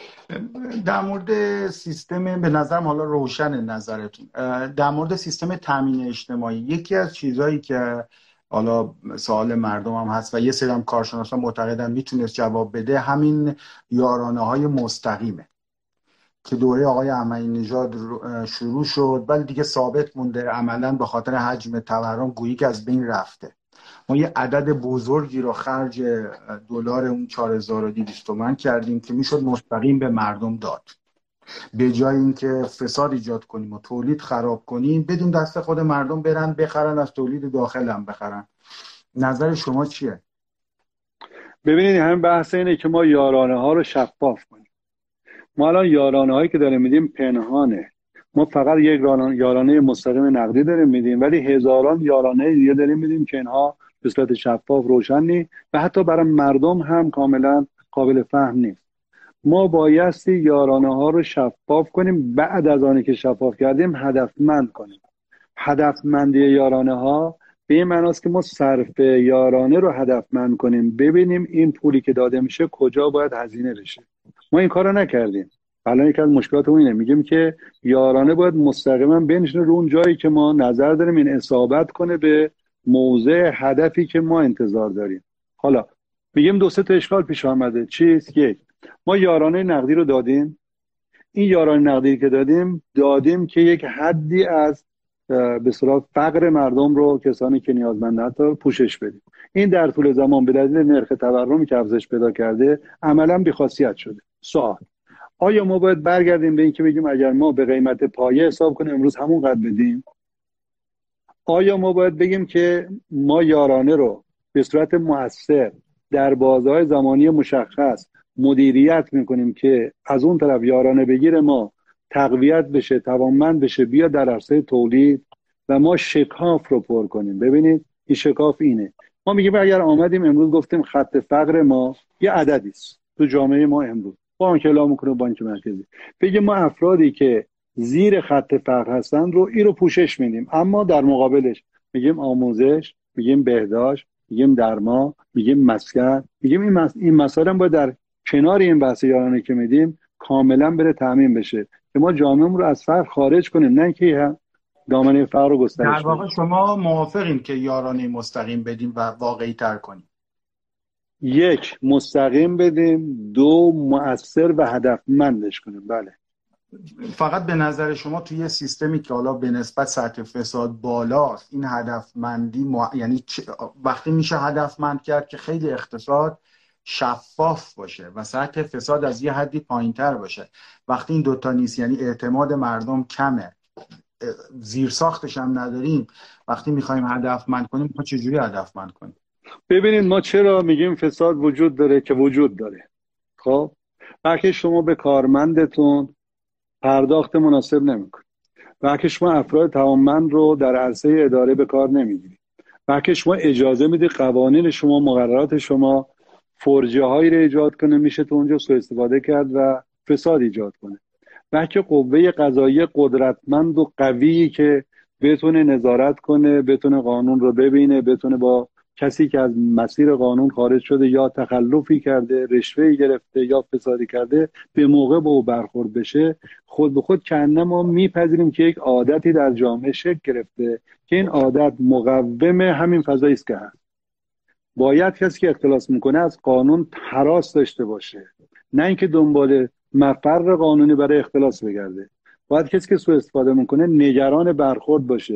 در مورد سیستم، به نظرم حالا روشن نظرتون در مورد سیستم تامین اجتماعی، یکی از چیزهایی که حالا سوال مردم هم هست و یه سری هم کارشناسان معتقدن میتونست جواب بده، همین یارانه های مستقیمه که دوره آقای احمدی نژاد شروع شد ولی دیگه ثابت مونده عملاً به خاطر حجم تورم گویی که از بین رفته. ما یه عدد بزرگی رو خرج دلار اون چهار هزار و دویست تومان کردیم که میشد مستقیم به مردم داد، به جای اینکه فساد ایجاد کنیم و تولید خراب کنیم بدون دست خود مردم برن بخرن، از تولید داخل هم بخرن. نظر شما چیه؟ ببینید همین بحث اینه که ما یارانه ها رو شفاف کنیم. ما الان یارانه هایی که داریم میدیم پنهانه. ما فقط یک یارانه مستقیم نقدی داریم میدیم ولی هزاران یارانه دیگه داریم میدیم که اینها به صورت شفاف روشن نیست و حتی برای مردم هم کاملا قابل فهم نیست. ما بایستی یارانه ها رو شفاف کنیم، بعد از آنی که شفاف کردیم هدفمند کنیم. هدفمندی یارانه ها به این معناست که ما صرف یارانه رو هدفمند کنیم، ببینیم این پولی که داده میشه کجا باید هزینه بشه. ما این کار رو نکردیم. الان یکی از مشکلات اینه، میگیم که یارانه باید مستقیما بنشینه رو اون جایی که ما نظر داریم این اصابت کنه به موضع هدفی که ما انتظار داریم. حالا میگیم دو سه تا اشکال پیش آمده. چیست؟ یک، ما یارانه نقدی رو دادیم. این یارانه نقدی که دادیم دادیم که یک حدی از به اصطلاح فقر مردم رو، کسانی که نیازمندن رو پوشش بدیم. این در طول زمان به دلیل نرخ تورمی که افزایش پیدا کرده عملا بی‌خاصیت شده. سوال، آیا ما باید برگردیم به این که بگیم اگر ما به قیمت پایه حساب کنیم امروز همون قدر بدیم؟ آیا ما باید بگیم که ما یارانه رو به صورت مؤثر در بازه‌های زمانی مشخص مدیریت میکنیم که از اون طرف یارانه بگیر ما تقویت بشه، توانمند بشه، بیا در عرصه تولید و ما شکاف رو پر کنیم؟ ببینید این شکاف اینه. ما میگیم اگر آمدیم امروز گفتیم خط فقر ما یه عددی است تو جامعه ما، امروز بانک اعلام میکنه، بانک مرکزی بگیم ما افرادی که زیر خط فقر هستن رو این رو پوشش میدیم، اما در مقابلش میگیم آموزش، میگیم بهداشت، میگیم درمان، میگیم مسکن، میگیم این مس... این مسائل هم باید در کنار این بحث یارانه که میدیم کاملا بره تامین بشه که ما جامعهمون رو از فقر خارج کنیم، نه که دامنه فقر رو گسترش در بدیم. واقع شما موافقین که یارانه مستقیم بدیم و واقعی تر کنیم؟ یک، مستقیم بدیم. دو، مؤثر و هدفمندش کنیم. بله. فقط به نظر شما توی سیستمی که حالا به نسبت سطح فساد بالاست این هدفمندی مع... یعنی چ... وقتی میشه هدفمند کرد که خیلی اقتصاد شفاف باشه و سطح فساد از یه حدی پایینتر باشه. وقتی این دوتا نیست، یعنی اعتماد مردم کمه، زیر ساختش هم نداریم، وقتی میخوایم هدفمند کنیم ما چجوری هدفمند کنیم؟ ببینید ما چرا میگیم فساد وجود داره که وجود داره. خب وقتی شما به کارمندتون پرداخت مناسب نمیکنید، وقتی شما افراد توانمند رو در عرصه اداره به کار نمیگیرید، وقتی شما اجازه میدید قوانین شما، مقررات شما فرجه هایی رو ایجاد کنه، میشه تو اونجا سوء استفاده کرد و فساد ایجاد کنه. وقتی قوه قضاییه قدرتمند و قویی که بتونه نظارت کنه، بتونه قانون رو ببینه، بتونه با کسی که از مسیر قانون خارج شده یا تخلفی کرده، رشوه‌ای گرفته یا فسادی کرده به موقع با او برخورد بشه، خود به خود کنه ما میپذیریم که یک عادتی در جامعه شکل گرفته که این عادت مقوم همین فضایی است که هست. باید کسی که اختلاس میکنه از قانون هراس داشته باشه، نه اینکه دنبال مفر قانونی برای اختلاس بگرده. باید کسی که سوء استفاده میکنه نگران برخورد باشه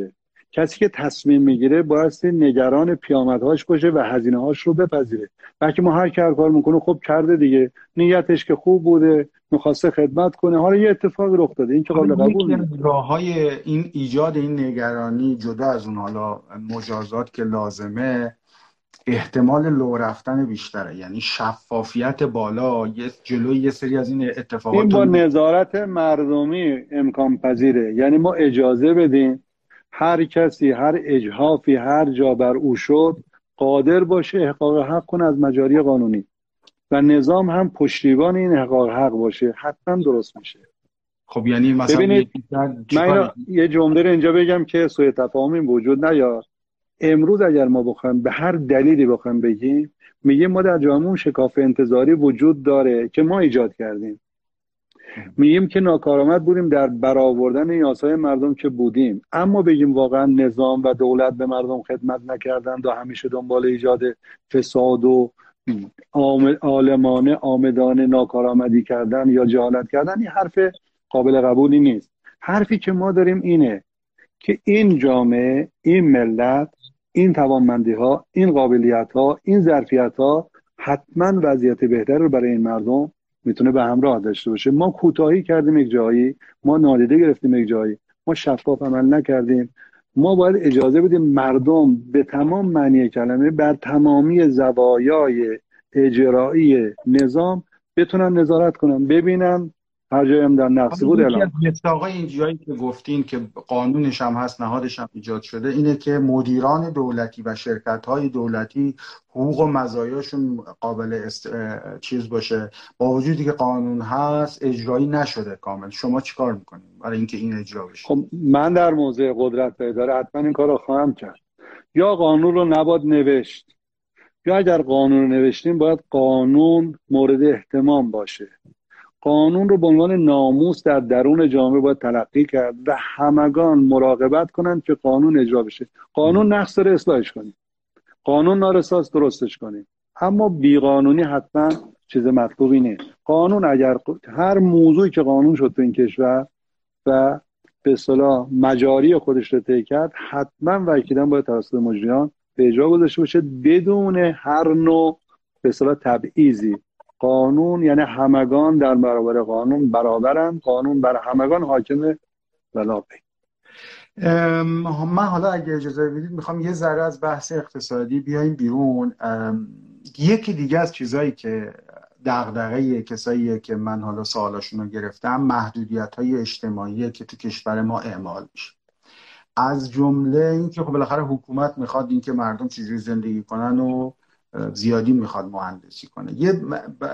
کسی که تصمیم میگیره بایستی نگران پیامدهاش باشه و هزینه‌هاش رو بپذیره. بلکه ما هر کی هر کار میکنه خب کرده دیگه، نیتش که خوب بوده، میخواسته خدمت کنه، حالا یه اتفاقی رخ داده، این که حالا قابل یکی قبول از نیست. راه‌های این ایجاد این نگرانی، جدا از اون حالا مجازات که لازمه، احتمال لو رفتن بیشتره. یعنی شفافیت بالا یه جلوی یه سری از این این اتفاقات با رو. نظارت مردمی امکان پذیره. یعنی ما اجازه بدیم هر کسی هر اجحافی هر جا بر او شد قادر باشه احقاق حق کنه از مجاری قانونی و نظام هم پشتیبان این احقاق حق باشه، حتما درست میشه. خب یعنی مثلا ببینید یکی کرد من اینو چیکار؟ یه جمله رو اینجا بگم که سوء تفاهمی وجود نیاد. امروز اگر ما بخوایم به هر دلیلی بخوایم بگیم، میگیم ما در جامعه شکاف انتظاری وجود داره که ما ایجاد کردیم، میگیم که ناکارآمد بودیم در برآوردن نیازهای مردم که بودیم، اما بگیم واقعا نظام و دولت به مردم خدمت نکردند و همیشه دنبال ایجاد فساد و عالمانه آمدانه ناکارآمدی کردن یا جهالت کردن، این حرف قابل قبولی نیست. حرفی که ما داریم اینه که این جامعه، این ملت، این توانمندی ها، این قابلیت ها، این ظرفیت ها حتما وضعیت بهتر رو برای این مردم میتونه به همراه داشته باشه. ما کوتاهی کردیم یک جایی، ما نادیده گرفتیم یک جایی، ما شفاف عمل نکردیم. ما باید اجازه بدیم مردم به تمام معنی کلمه بر تمامی زوایای اجرایی نظام بتونن نظارت کنن، ببینن هر جایی هم در نقصی حالا بود یکی اعلام از کنن. مصداقای این جایی که گفتین که قانونش هم هست، نهادش هم ایجاد شده، اینه که مدیران دولتی و شرکت‌های دولتی حقوق و مزایاشون قابل است... چیز باشه، با وجودی که قانون هست اجرایی نشده کامل. شما چیکار میکنید برای اینکه این اجرا بشه؟ خب من در موضع قدرت و اداره حتما این کار رو خواهم کرد. یا قانون رو نباید نوشت، یا اگر قانون رو نوشتیم باید قانون مورد احتمام باشه. قانون رو به عنوان ناموس در درون جامعه باید تلقی کرد و همگان مراقبت کنند که قانون اجرا بشه. قانون نقص داره، اصلاحش کنیم. قانون نارساست، درستش کنیم. اما بیقانونی حتما چیز مطلوبی نیست. قانون اگر هر موضوعی که قانون شد تو این کشور و به اصطلاح مجاری خودش رو طی کرد، حتما وکیلان باید توسط مجریان به اجرا گذاشته باشه بدون هر نوع به اصطلاح تبعیضی. قانون یعنی همگان در برابر قانون برابرن، قانون بر همگان حاکم ولا غیر. من حالا اگه اجازه بدید میخوام یه ذره از بحث اقتصادی بیایم بیرون. یکی دیگه از چیزایی که دغدغه کساییه که من حالا سوالاشون رو گرفتم، محدودیت‌های اجتماعی که تو کشور ما اعمال میشه. از جمله این که خب بالاخره حکومت میخواد این که مردم چجوری زندگی کنن و زیادی میخواد مهندسی کنه. یه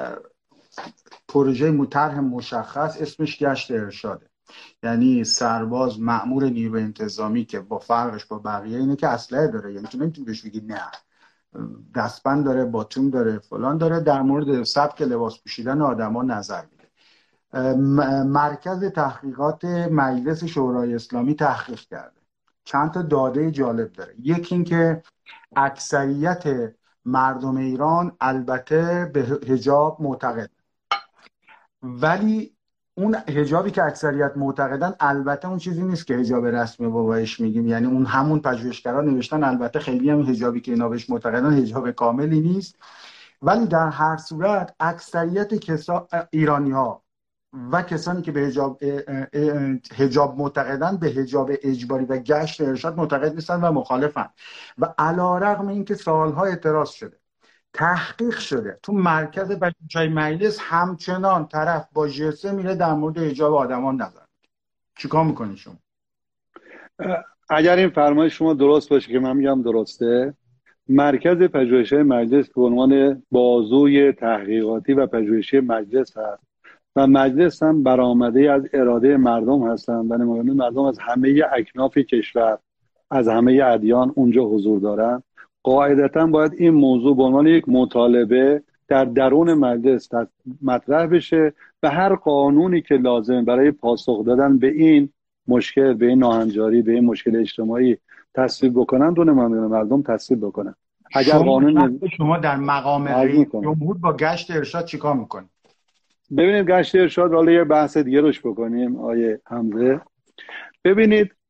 پروژه طرح مشخص اسمش گشت ارشاده. یعنی سرباز مأمور نیروی انتظامی که با فرقش با بقیه اینه که اسلحه داره، یعنی تو نمیتونی بهش بگی نه، دستبند داره، باتوم داره، فلان داره، در مورد سبک لباس پوشیدن آدما نظر میده. مرکز تحقیقات مجلس شورای اسلامی تحقیق کرده، چند تا داده جالب داره. یکی این که اکثریت مردم ایران البته به حجاب معتقد، ولی اون حجابی که اکثریت معتقدن البته اون چیزی نیست که حجاب رسمی بابایش میگیم. یعنی اون همون پژوهشگرا نوشتن البته خیلی هم حجابی که اینا بهش معتقدن حجاب کاملی نیست، ولی در هر صورت اکثریت کسا ایرانی ها و کسانی که به حجاب حجاب معتقدن به حجاب اجباری و گشت ارشاد معتقد نیستن و مخالفن. و علیرغم اینکه سالها اعتراض شده، تحقیق شده، تو مرکز پژوهش‌های مجلس همچنان طرف با جسه میره در مورد حجاب آدمان نظر میده. چیکار میکنی شما؟ اگر این فرمایش شما درست باشه که من میگم درسته، مرکز پژوهش‌های مجلس به عنوان بازوی تحقیقاتی و پژوهشی مجلس هست و مجلس هم برآمده از اراده مردم هستند و نماینده مردم از همه اکناف کشور، از همه ادیان اونجا حضور دارن. قاعدتا باید این موضوع به عنوان یک مطالبه در درون مجلس مطرح بشه و هر قانونی که لازم برای پاسخ دادن به این مشکل، به این ناهنجاری، به این مشکل اجتماعی تصویب بکنن، دو نمایندگان مردم تصویب بکنن. اگر شما قانون شما در مقام رئیس جمهور با گشت ارشاد چیکار میکنید؟ ببینید گشت ارشاد، حالا یه بحث دیگه روش بکنیم آیه حمزه. ببینید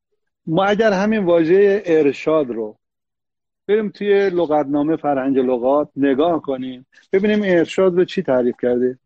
ما اگر همین واژه ارشاد رو بریم توی لغتنامه فرهنگ لغات نگاه کنیم، ببینیم ارشاد رو چی تعریف کرده.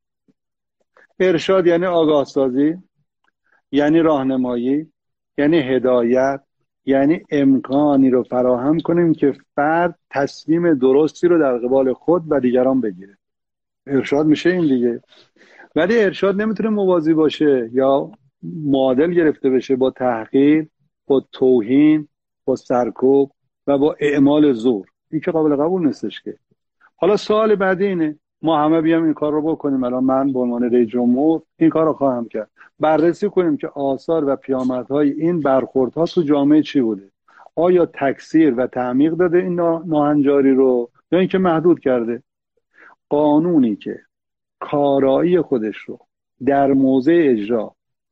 ارشاد یعنی آگاه سازی، یعنی راهنمایی، یعنی هدایت، یعنی امکانی رو فراهم کنیم که فرد تصمیم درستی رو در قبال خود و دیگران بگیره. ارشاد میشه این دیگه. ولی ارشاد نمیتونه موازی باشه یا معادل گرفته بشه با تحقیر، با توهین، با سرکوب و با اعمال زور. این که قابل قبول نیستش که. حالا سوال بعدی اینه، ما همه بیام این کار رو بکنیم. الان من به عنوان رئیس جمهور این کار رو خواهم کرد، بررسی کنیم که آثار و پیامدهای این برخوردها تو جامعه چی بوده. آیا تکثیر و تعمیق داده این ناهنجاری رو یا اینکه محدود کرده؟ قانونی که کارایی خودش رو در موضع اجرا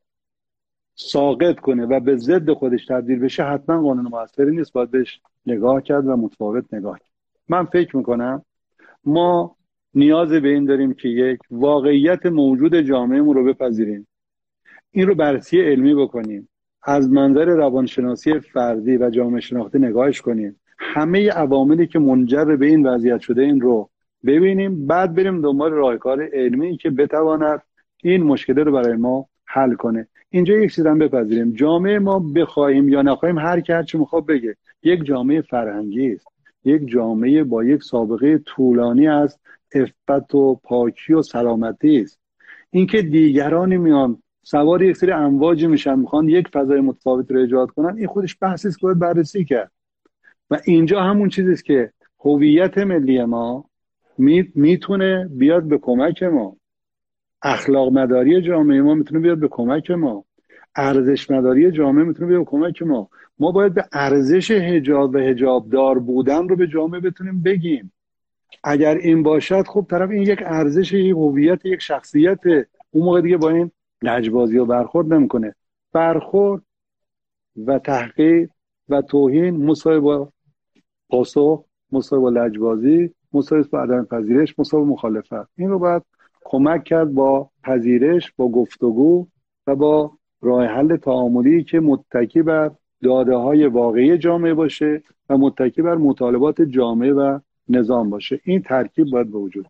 ساقط کنه و به ضد خودش تبدیل بشه حتما قانون موثری نیست، باید بهش نگاه کرد و متفاوت نگاه کرد. من فکر میکنم ما نیاز به این داریم که یک واقعیت موجود جامعهمون رو بپذیریم، این رو بررسی علمی بکنیم، از منظر روانشناسی فردی و جامعه شناختی نگاهش کنیم، همه عواملی که منجر به این وضعیت شده این رو ببینیم، بعد بریم دنبال راهکار علمی که بتواند این مشکل رو برای ما حل کنه. اینجا یک چیز هم بپذیریم، جامعه ما بخوایم یا نخوایم هر کی هر چی میخواد بگه، یک جامعه فرهنگی است، یک جامعه با یک سابقه طولانی از عفت و پاکی و سلامتی است. اینکه دیگرانی میان سوار یک سری امواجی میشن میخوان یک فضای متفاوت رو ایجاد کنن، این خودش بحثی است که باید بررسی کرد. و اینجا همون چیزی است که هویت ملی ما می، میتونه بیاد به کمک ما، اخلاق مداری جامعه ما میتونه بیاد به کمک ما، ارزش مداری جامعه میتونه بیاد به کمک ما. ما باید به ارزش حجاب و حجابدار بودن رو به جامعه بتونیم بگیم. اگر این باشد خب طرف این یک ارزش، یک هویت، یک شخصیت، اون موقع دیگه با این لجبازی و برخورد نمیکنه. برخورد و تحقیر و توهین مساوی با پاسخ، مساوی با لجبازی، مساوی با عدم پذیرش، مساوی با مخالفت. این رو باید کمک کرد با پذیرش، با گفتگو و با راه حل تعاملی که متکی بر داده های واقعی جامعه باشه و متکی بر مطالبات جامعه و نظام باشه. این ترکیب باید به وجود.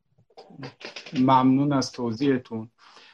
ممنون از توضیحتون.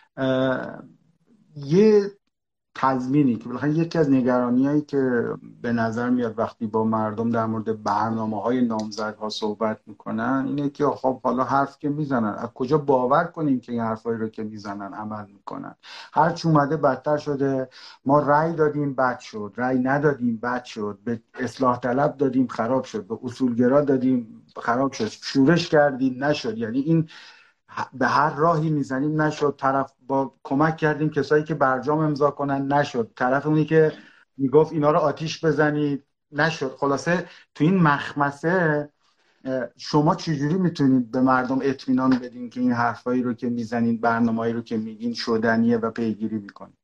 یه تضمینی که بالاخره یکی از نگرانی‌هایی که به نظر میاد وقتی با مردم در مورد برنامه‌های نامزدها صحبت میکنن اینه که خب حالا حرف که میزنن، از کجا باور کنیم که این حرفایی رو که میزنن عمل میکنن؟ هرچی اومده بدتر شده. ما رأی دادیم بد شد، رأی ندادیم بد شد، به اصلاح طلب دادیم خراب شد، به اصولگرا دادیم خراب شد، شورش کردیم نشد. یعنی این به هر راهی میزنیم نشد. طرف با کمک کردیم کسایی که برجام امضا کنن نشد. طرف اونی که میگفت اینا رو آتیش بزنید نشد. خلاصه تو این مخمسه شما چجوری میتونید به مردم اطمینان بدین که این حرفایی رو که میزنین، برنامه‌ای رو که میگین شدنیه و پیگیری میکنید؟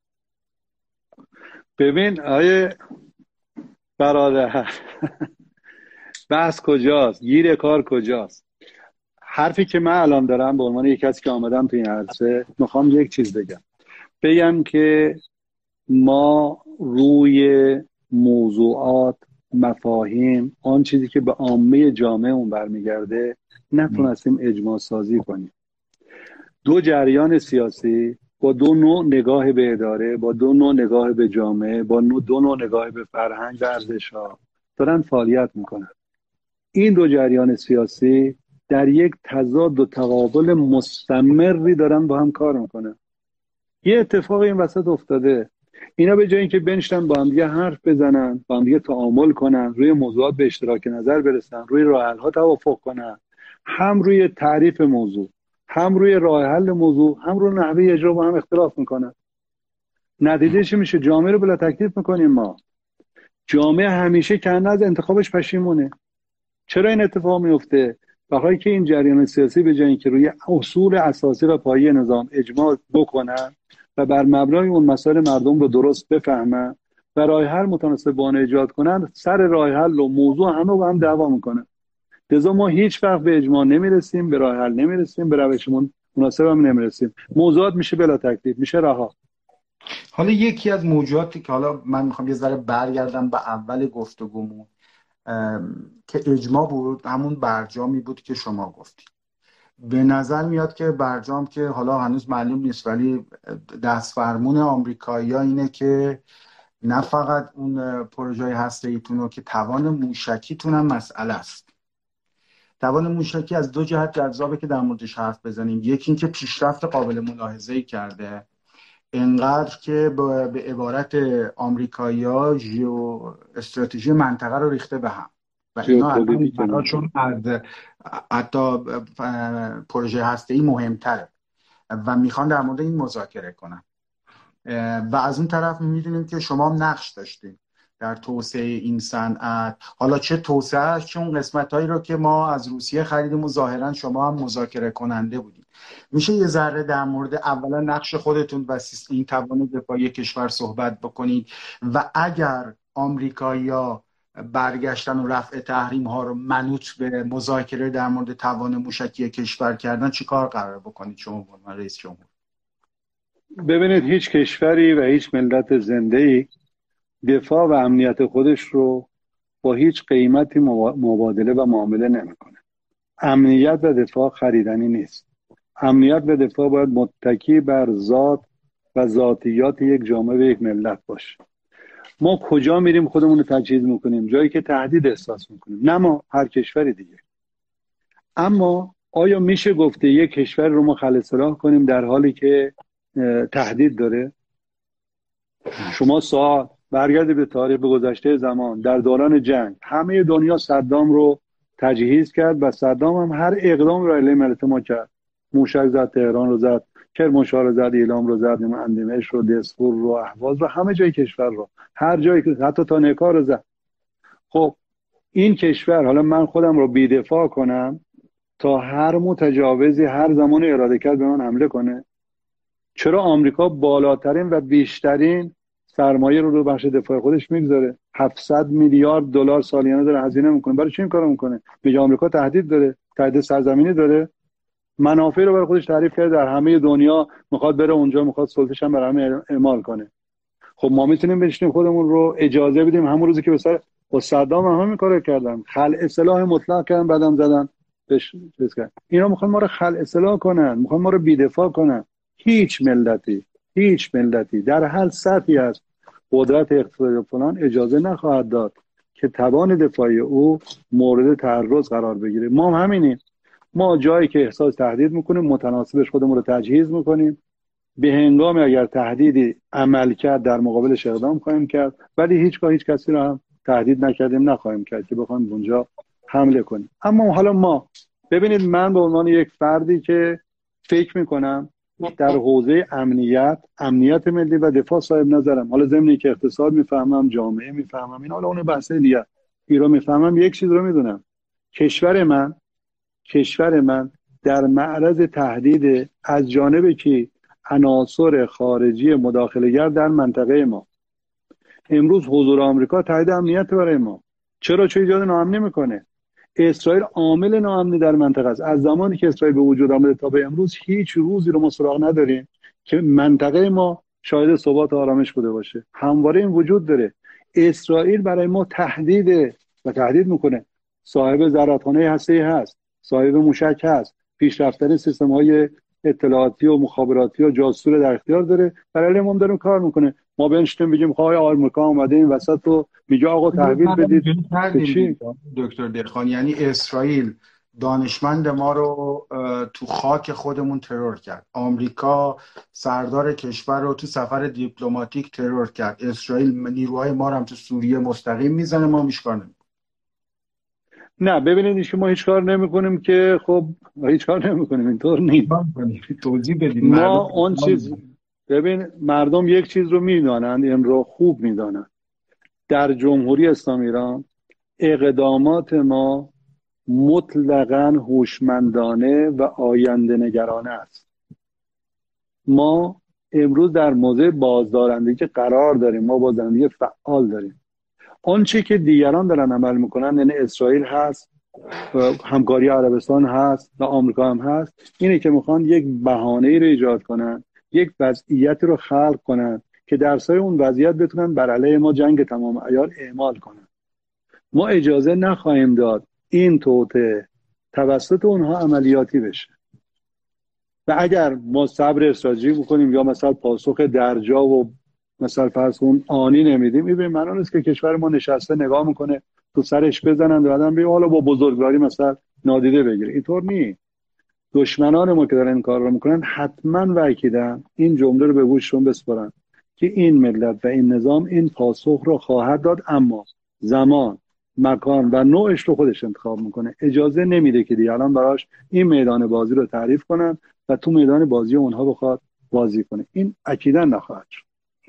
ببین آیه برادر بحث کجاست؟ گیر کار کجاست؟ حرفی که من الان دارم به عنوان یک کسی که آمدم تو این عرصه میخوام یک چیز بگم. بگم که ما روی موضوعات، مفاهیم، آن چیزی که به عامه جامعه اون برمیگرده نتونستیم اجماع سازی کنیم. دو جریان سیاسی با دو نوع نگاه به اداره، با دو نوع نگاه به جامعه، با دو نوع نگاه به فرهنگ و ارزش‌ها دارن فعالیت میکنن. این دو جریان سیاسی در یک تضاد و تقابل مستمری دارن با هم کار میکنن. یه اتفاق این وسط افتاده، اینا به جای اینکه بنشتن با هم دیگه حرف بزنن، با هم دیگه تعامل کنن، روی موضوعات به اشتراک نظر برسن، روی راه حل ها توافق کنن، هم روی تعریف موضوع، هم روی راه حل موضوع، هم روی نحوه اجرا با هم اختلاف میکنن. نتیجه چی میشه؟ جامعه رو بلا تکلیف میکنیم. ما جامعه همیشه کنه از انتخابش پشیمونه. چرا این اتفاق میفته؟ بخاطر که این جریان سیاسی به جای اینکه روی اصول اساسی و پایه نظام اجماع بکنن و بر مبنای اون مسائل مردم رو درست بفهمن و راه حل متناسب با آن ایجاد کنن، سر راه حل و موضوع همه با هم دعوا میکنن. لذا ما هیچ وقت به اجماع نمیرسیم، به راه حل نمیرسیم، به روش مناسب هم نمیرسیم. موضوعات میشه بلا تکلیف، میشه رها. حالا یکی از موضوعاتی که حالا من میخوام یه ذره برگردم به اول گفتگومون که اجماع بود، همون برجامی بود که شما گفتید. به نظر میاد که برجام که حالا هنوز معلوم نیست، ولی دست فرمون آمریکایی‌ها اینه که نه فقط اون پروژه هسته‌ایتون رو که توان موشکیتون هم مسئله است. توان موشکی از دو جهت جذابه که در موردش حرف بزنیم. یکی این که پیشرفت قابل ملاحظه‌ای کرده، انقدر که به عبارت آمریکایی‌ها ژئو استراتژی منطقه رو ریخته به هم و اینا الان براشون از حتی پروژه هسته‌ای مهمتره و میخوان در مورد این مذاکره کنن. و از اون طرف میدونیم که شما هم نقش داشتین در توسعه این صنعت، حالا چه توسعهش چه اون قسمتایی رو که ما از روسیه خریدیم و ظاهرا شما هم مذاکره کننده بودید. میشه یه ذره در مورد اولا نقش خودتون و این توان دفاعی کشور صحبت بکنید و اگر آمریکایی‌ها برگشتن و رفع تحریم ها رو منوط به مذاکره در مورد توان موشکی کشور کردن چی کار قرار بکنید شما به رئیس جمهور؟ ببینید، هیچ کشوری و هیچ ملت زنده‌ای دفاع و امنیت خودش رو با هیچ قیمتی مبادله و معامله نمیکنه. امنیت و دفاع خریدنی نیست. امنیت و دفاع باید متکی بر ذات و ذاتیات یک جامعه و یک ملت باشه. ما کجا میریم خودمون رو تجهیز میکنیم؟ جایی که تهدید احساس میکنیم، نه ما، هر کشوری دیگه. اما آیا میشه گفته یک کشور رو ما خلع سلاح کنیم در حالی که تهدید داره؟ شما سوال برگردید به تاریخ، به گذشته زمان. در دوران جنگ همه دنیا صدام رو تجهیز کرد و صدام هم هر اقدام رو علیه ملت ما کرد. موشک زد، تهران رو زد، کرمانشاه رو زد، ایلام رو زد، اندیمش رو، دسفور رو، اهواز رو، همه جای کشور رو، هر جایی که حتی تا نکار رو زد. خب این کشور، حالا من خودم رو بی‌دفاع کنم تا هر متجاوزی هر زمان اراده کرد به من حمله کنه؟ چرا آمریکا بالاترین و بیشترین سرمایه رو رو بخش دفاع خودش میگذاره؟ هفتصد میلیارد دلار سالیانه داره هزینه میکنه. برای چی این کارو میکنه؟ میگه آمریکا تهدید داره، تهدید سرزمینی داره، منافع رو برای خودش تعریف کرده، در همه دنیا میخواد بره اونجا، میخواد سلطه‌ش هم برای همه اعمال کنه. خب ما میتونیم بشینیم خودمون رو اجازه بدیم همون روزی که به سر با صدام هم همین کارو کردن، خلع سلاح مطلق کردن، بعدم زدن بهش چیز کردن. اینا میخوان ما رو خلع سلاح کنن، میخوان ما رو بی‌دفاع کنن. هیچ ملتی هیچ ملتی در هر سطحی از قدرت اقتصادی فلان اجازه نخواهد داد که توان دفاعی او مورد تعرض قرار بگیره. ما هم همینیم. ما جایی که احساس تهدید میکنیم متناسبش خودمون رو تجهیز میکنیم. به هنگام اگر تهدیدی عمل کرد در مقابلش اقدام خواهیم کرد، ولی هیچگاه هیچ کسی رو هم تهدید نکردیم، نخواهیم کرد که بخوایم اونجا حمله کنیم. اما حالا ما ببینید، من به عنوان یک فردی که فکر میکنم در حوزه امنیت امنیت ملی و دفاع صاحب نظرم، حالا ضمنی که اقتصاد میفهمم، جامعه میفهمم، این حالا اون بحثه دیگه، ایران میفهمم، یک چیز رو میدونم، کشور من کشور من در معرض تهدید از جانب کی؟ عناصر خارجی مداخله‌گر در منطقه ما. امروز حضور آمریکا تهدید امنیت برای ما. چرا؟ چه ایجاد ناامنی میکنه. اسرائیل عامل ناامنی در منطقه است. از زمانی که اسرائیل به وجود آمده تا به امروز هیچ روزی رو ما سراغ نداریم که منطقه ما شاهد ثبات و آرامش بوده باشه. همواره این وجود داره. اسرائیل برای ما تهدید و تهدید میکنه. صاحب زرادخانه هسته‌ای هست، صاحب موشک هست، پیشرفتن سیستم‌های اطلاعاتی و مخابراتی و جاسوس در اختیار داره، برای ما داریم کار میکنه. ما بنشتیم بگیم خواهی آمریکا اومده این وسط و میگه آقا تحویل بدید به چی؟ دکتر دلخان، یعنی اسرائیل دانشمند ما رو تو خاک خودمون ترور کرد، آمریکا سردار کشور رو تو سفر دیپلماتیک ترور کرد، اسرائیل نیروهای ما رو هم تو سوریه مستقیم میزنه، ما میش کار نمیکنیم. نه ببینید که ما هیچ کار نمیکنیم که خب هیچ کار نمیکنیم، اینطور نیست. توضیح بدید. ما اون چیز، ببین مردم یک چیز رو میدانند، این رو خوب میدانند، در جمهوری اسلامی ایران اقدامات ما مطلقاً هوشمندانه و آینده نگرانه است. ما امروز در موضع بازدارندگی که قرار داریم، ما بازدارندگی فعال داریم. آنچه که دیگران دارن عمل میکنن، یعنی اسرائیل هست، همکاری عربستان هست و آمریکا هم هست، اینه که میخوان یک بهانه‌ای رو ایجاد کنن، یک وضعیت رو خلق کنن که درسای اون وضعیت بتونن بر علیه ما جنگ تمام عیار اعمال کنن. ما اجازه نخواهیم داد این توطئه توسط اونها عملیاتی بشه. و اگر ما صبر استراتژیک بکنیم یا مثلا پاسخ درجا و مثلا فرض کن آنی نمیدیم، این به معنی نیست که کشور ما نشسته نگاه میکنه تو سرش بزنن و بعدن بگه حالا با بزرگواری مثلا نادیده بگیره. اینطور نیست. دشمنان ما که دارن این کار رو میکنن حتما وکیدن این جمله رو به گوششون بسپارن که این ملت و این نظام این پاسخ رو خواهد داد، اما زمان، مکان و نوعش رو خودش انتخاب میکنه. اجازه نمیده که دیگه الان براش این میدان بازی رو تعریف کنن و تو میدان بازی اونها بخواد بازی کنه. این اکیدا نخواهد شد.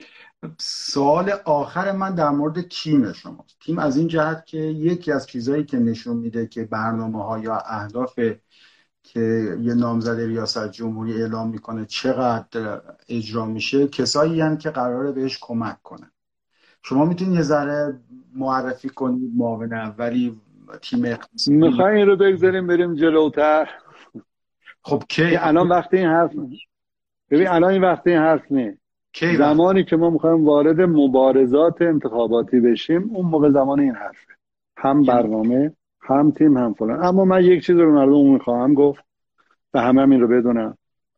سوال آخر من در مورد تیم شماست. تیم از این جهت که یکی از چیزایی که نشون میده که برنامه ها یا اهداف که یه نامزد ریاست جمهوری اعلام میکنه چقدر اجرا میشه، کسایی هستند که قراره بهش کمک کنن. شما میتونید یه ذره معرفی کنید معاون اولی تیم اقتصادی؟ میخوای این رو بگذاریم بریم جلوتر؟ خب کی؟ الان وقت این حرف ببین الان این وقت این حرف نه. کی زمانی که ما میخوایم وارد مبارزات انتخاباتی بشیم اون موقع زمان این حرفه. هم برنامه هم تیم هم فلان. اما من یک چیز رو مردم میخوام گفت و همه هم این رو بدونم.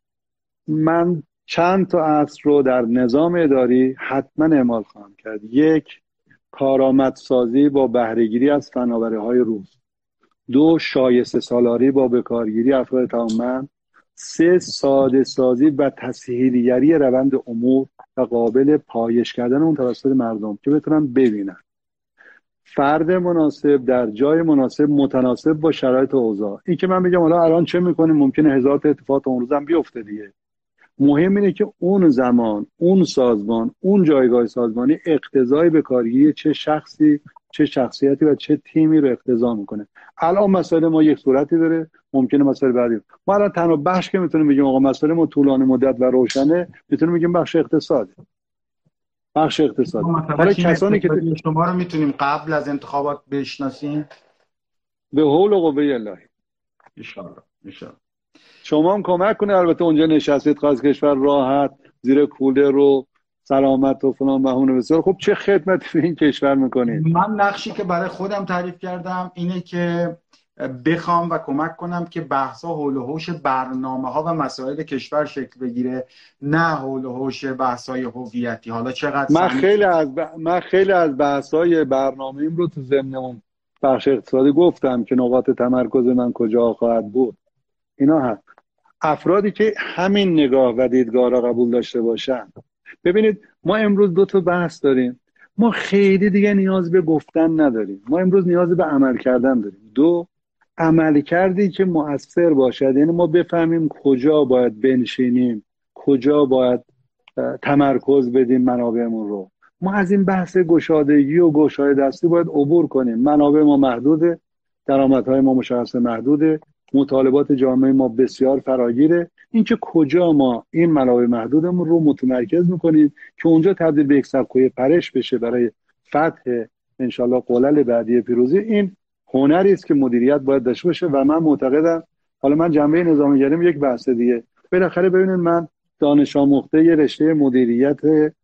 من چند تا اصل رو در نظام اداری حتما اعمال خواهم کرد. یک، کارآمدسازی با بهره‌گیری از فناوری‌های روز. دو، شایسته سالاری با بکارگیری افراد توانمند. سه، ساده سازی و تسهیلگری روند امور و قابل پایش کردن اون توسط مردم که بتونن ببینن. فرد مناسب در جای مناسب متناسب با شرایط اوضاع. این که من بگم حالا الان چه میکنیم ممکنه هزار تا اتفاق اون روز هم بیفته دیگه. مهم اینه که اون زمان اون سازمان اون جایگاه سازمانی اقتضای به کارگیری چه شخصی چه شخصیتی و چه تیمی رو اقتضا میکنه. الان مسئله ما یک صورتی داره، ممکنه مسئله بعدی. ما الان تنها بخش که میتونیم بگیم آقا مسئله ما طولانی مدت و روشنه میتونیم بگیم بخش اقتصادی. بخش اقتصادی. حالا کسانی که شما رو میتونیم قبل از انتخابات بشناسیم؟ به حول و قوه الله ان شاء الله ان شاء الله. شما هم کمک کنید. البته اونجا نشستید خواست کشور راحت زیر کوله رو سلامت و فلان بهونه بسیار خب چه خدمتی به این کشور میکنید؟ من نقشی که برای خودم تعریف کردم اینه که بخوام و کمک کنم که بحثا حول و حوش برنامه ها و مسائل کشور شکل بگیره، نه حول و حوش بحثای هویتی. حالا چقدر من خیلی از ب... من خیلی از بحثای برنامه‌ایم رو تو ضمن اون بخش اقتصادی گفتم که نقاط تمرکز من کجا خواهد بود. اینا هست. افرادی که همین نگاه و دیدگاه را قبول داشته باشن. ببینید ما امروز دو تا بحث داریم. ما خیلی دیگه نیاز به گفتن نداریم. ما امروز نیاز به عمل کردن داریم. دو، عمل کردی که مؤثر باشد. یعنی ما بفهمیم کجا باید بنشینیم، کجا باید تمرکز بدیم منابعمون رو. ما از این بحث گشادگی و گشای دستی باید عبور کنیم. منابع ما محدوده، درآمدهای ما مشخص محدوده، مطالبات جامعه ما بسیار فراگیره. اینکه کجا ما این منابع محدودمون رو متمرکز میکنیم که اونجا تبدیل به یک سبکوی پرش بشه برای فتح انشالله قلل بعدی پیروزی. این هنری است که مدیریت باید داشته باشه و من معتقدم. حالا من جنبه نظامیگریم یک بحث دیگه. بالاخره ببینید من دانش آموخته یه رشته مدیریت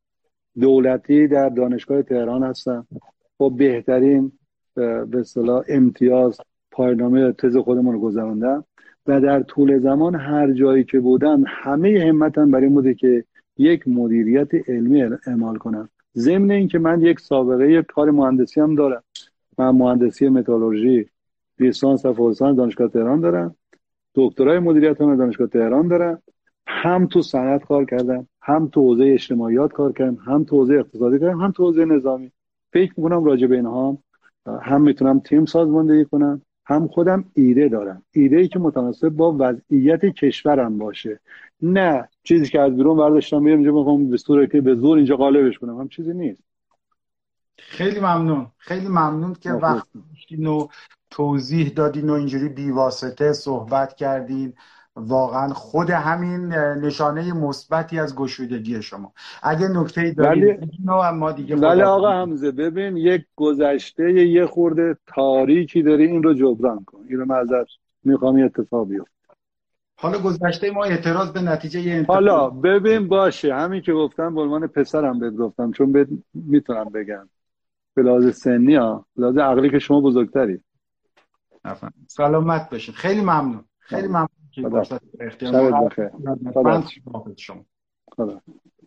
دولتی در دانشگاه تهران هستم. با بهترین به اصطلاح امتیاز پایان‌نامه تز خودمون رو گذروندم و در طول زمان هر جایی که بودم همه همتم برای این بوده که یک مدیریت علمی اعمال کنم. ضمن این که من یک سابقه یک کار مهندسی هم دارم. من مهندسی متالورژی لیسانس و فوق لیسانس دانشگاه تهران دارم. دکترای مدیریت هم دانشگاه تهران دارم. هم تو صنعت کار کردم، هم تو حوزه اجتماعیات کار کردم، هم تو حوزه اقتصادی کردم، هم تو حوزه نظامی. فکر می‌کنم راجع به اینها هم میتونم تیم سازماندهی کنم، هم خودم ایده دارم. ایده‌ای که متناسب با وضعیت کشورم باشه. نه چیزی که از بیرون برداشتم میام اینجا میخوام به صورتی که به زور اینجا قالبش کنم. هم چیزی نیست. خیلی ممنون. خیلی ممنون که وقت داشتین و توضیح دادین و اینجوری بیواسطه صحبت کردین. واقعا خود همین نشانه مثبتی از گشودگی شما. اگه نکته‌ای دارید بگین و ما دیگه ولی آقا حمزه ببین یک گذشته یه خورده تاریکی داری، این رو جبران کن. این رو من ازت میخوام یه اتفاق بیفته. حالا گذشته ما اعتراض به نتیجه انتخاب. حالا ببین باشه، همین که گفتم به عنوان پسرم بهت گفتم، چون بهت میتونم بگم به لحاظ سنی ها، به لحاظ عقلی که شما بزرگتری. افهم. سلامت باشین. خیلی ممنون، خیلی ممنون که خدا فرصت اختیار ما شبت قرار بخیر. دادید. خدا من شما. خدا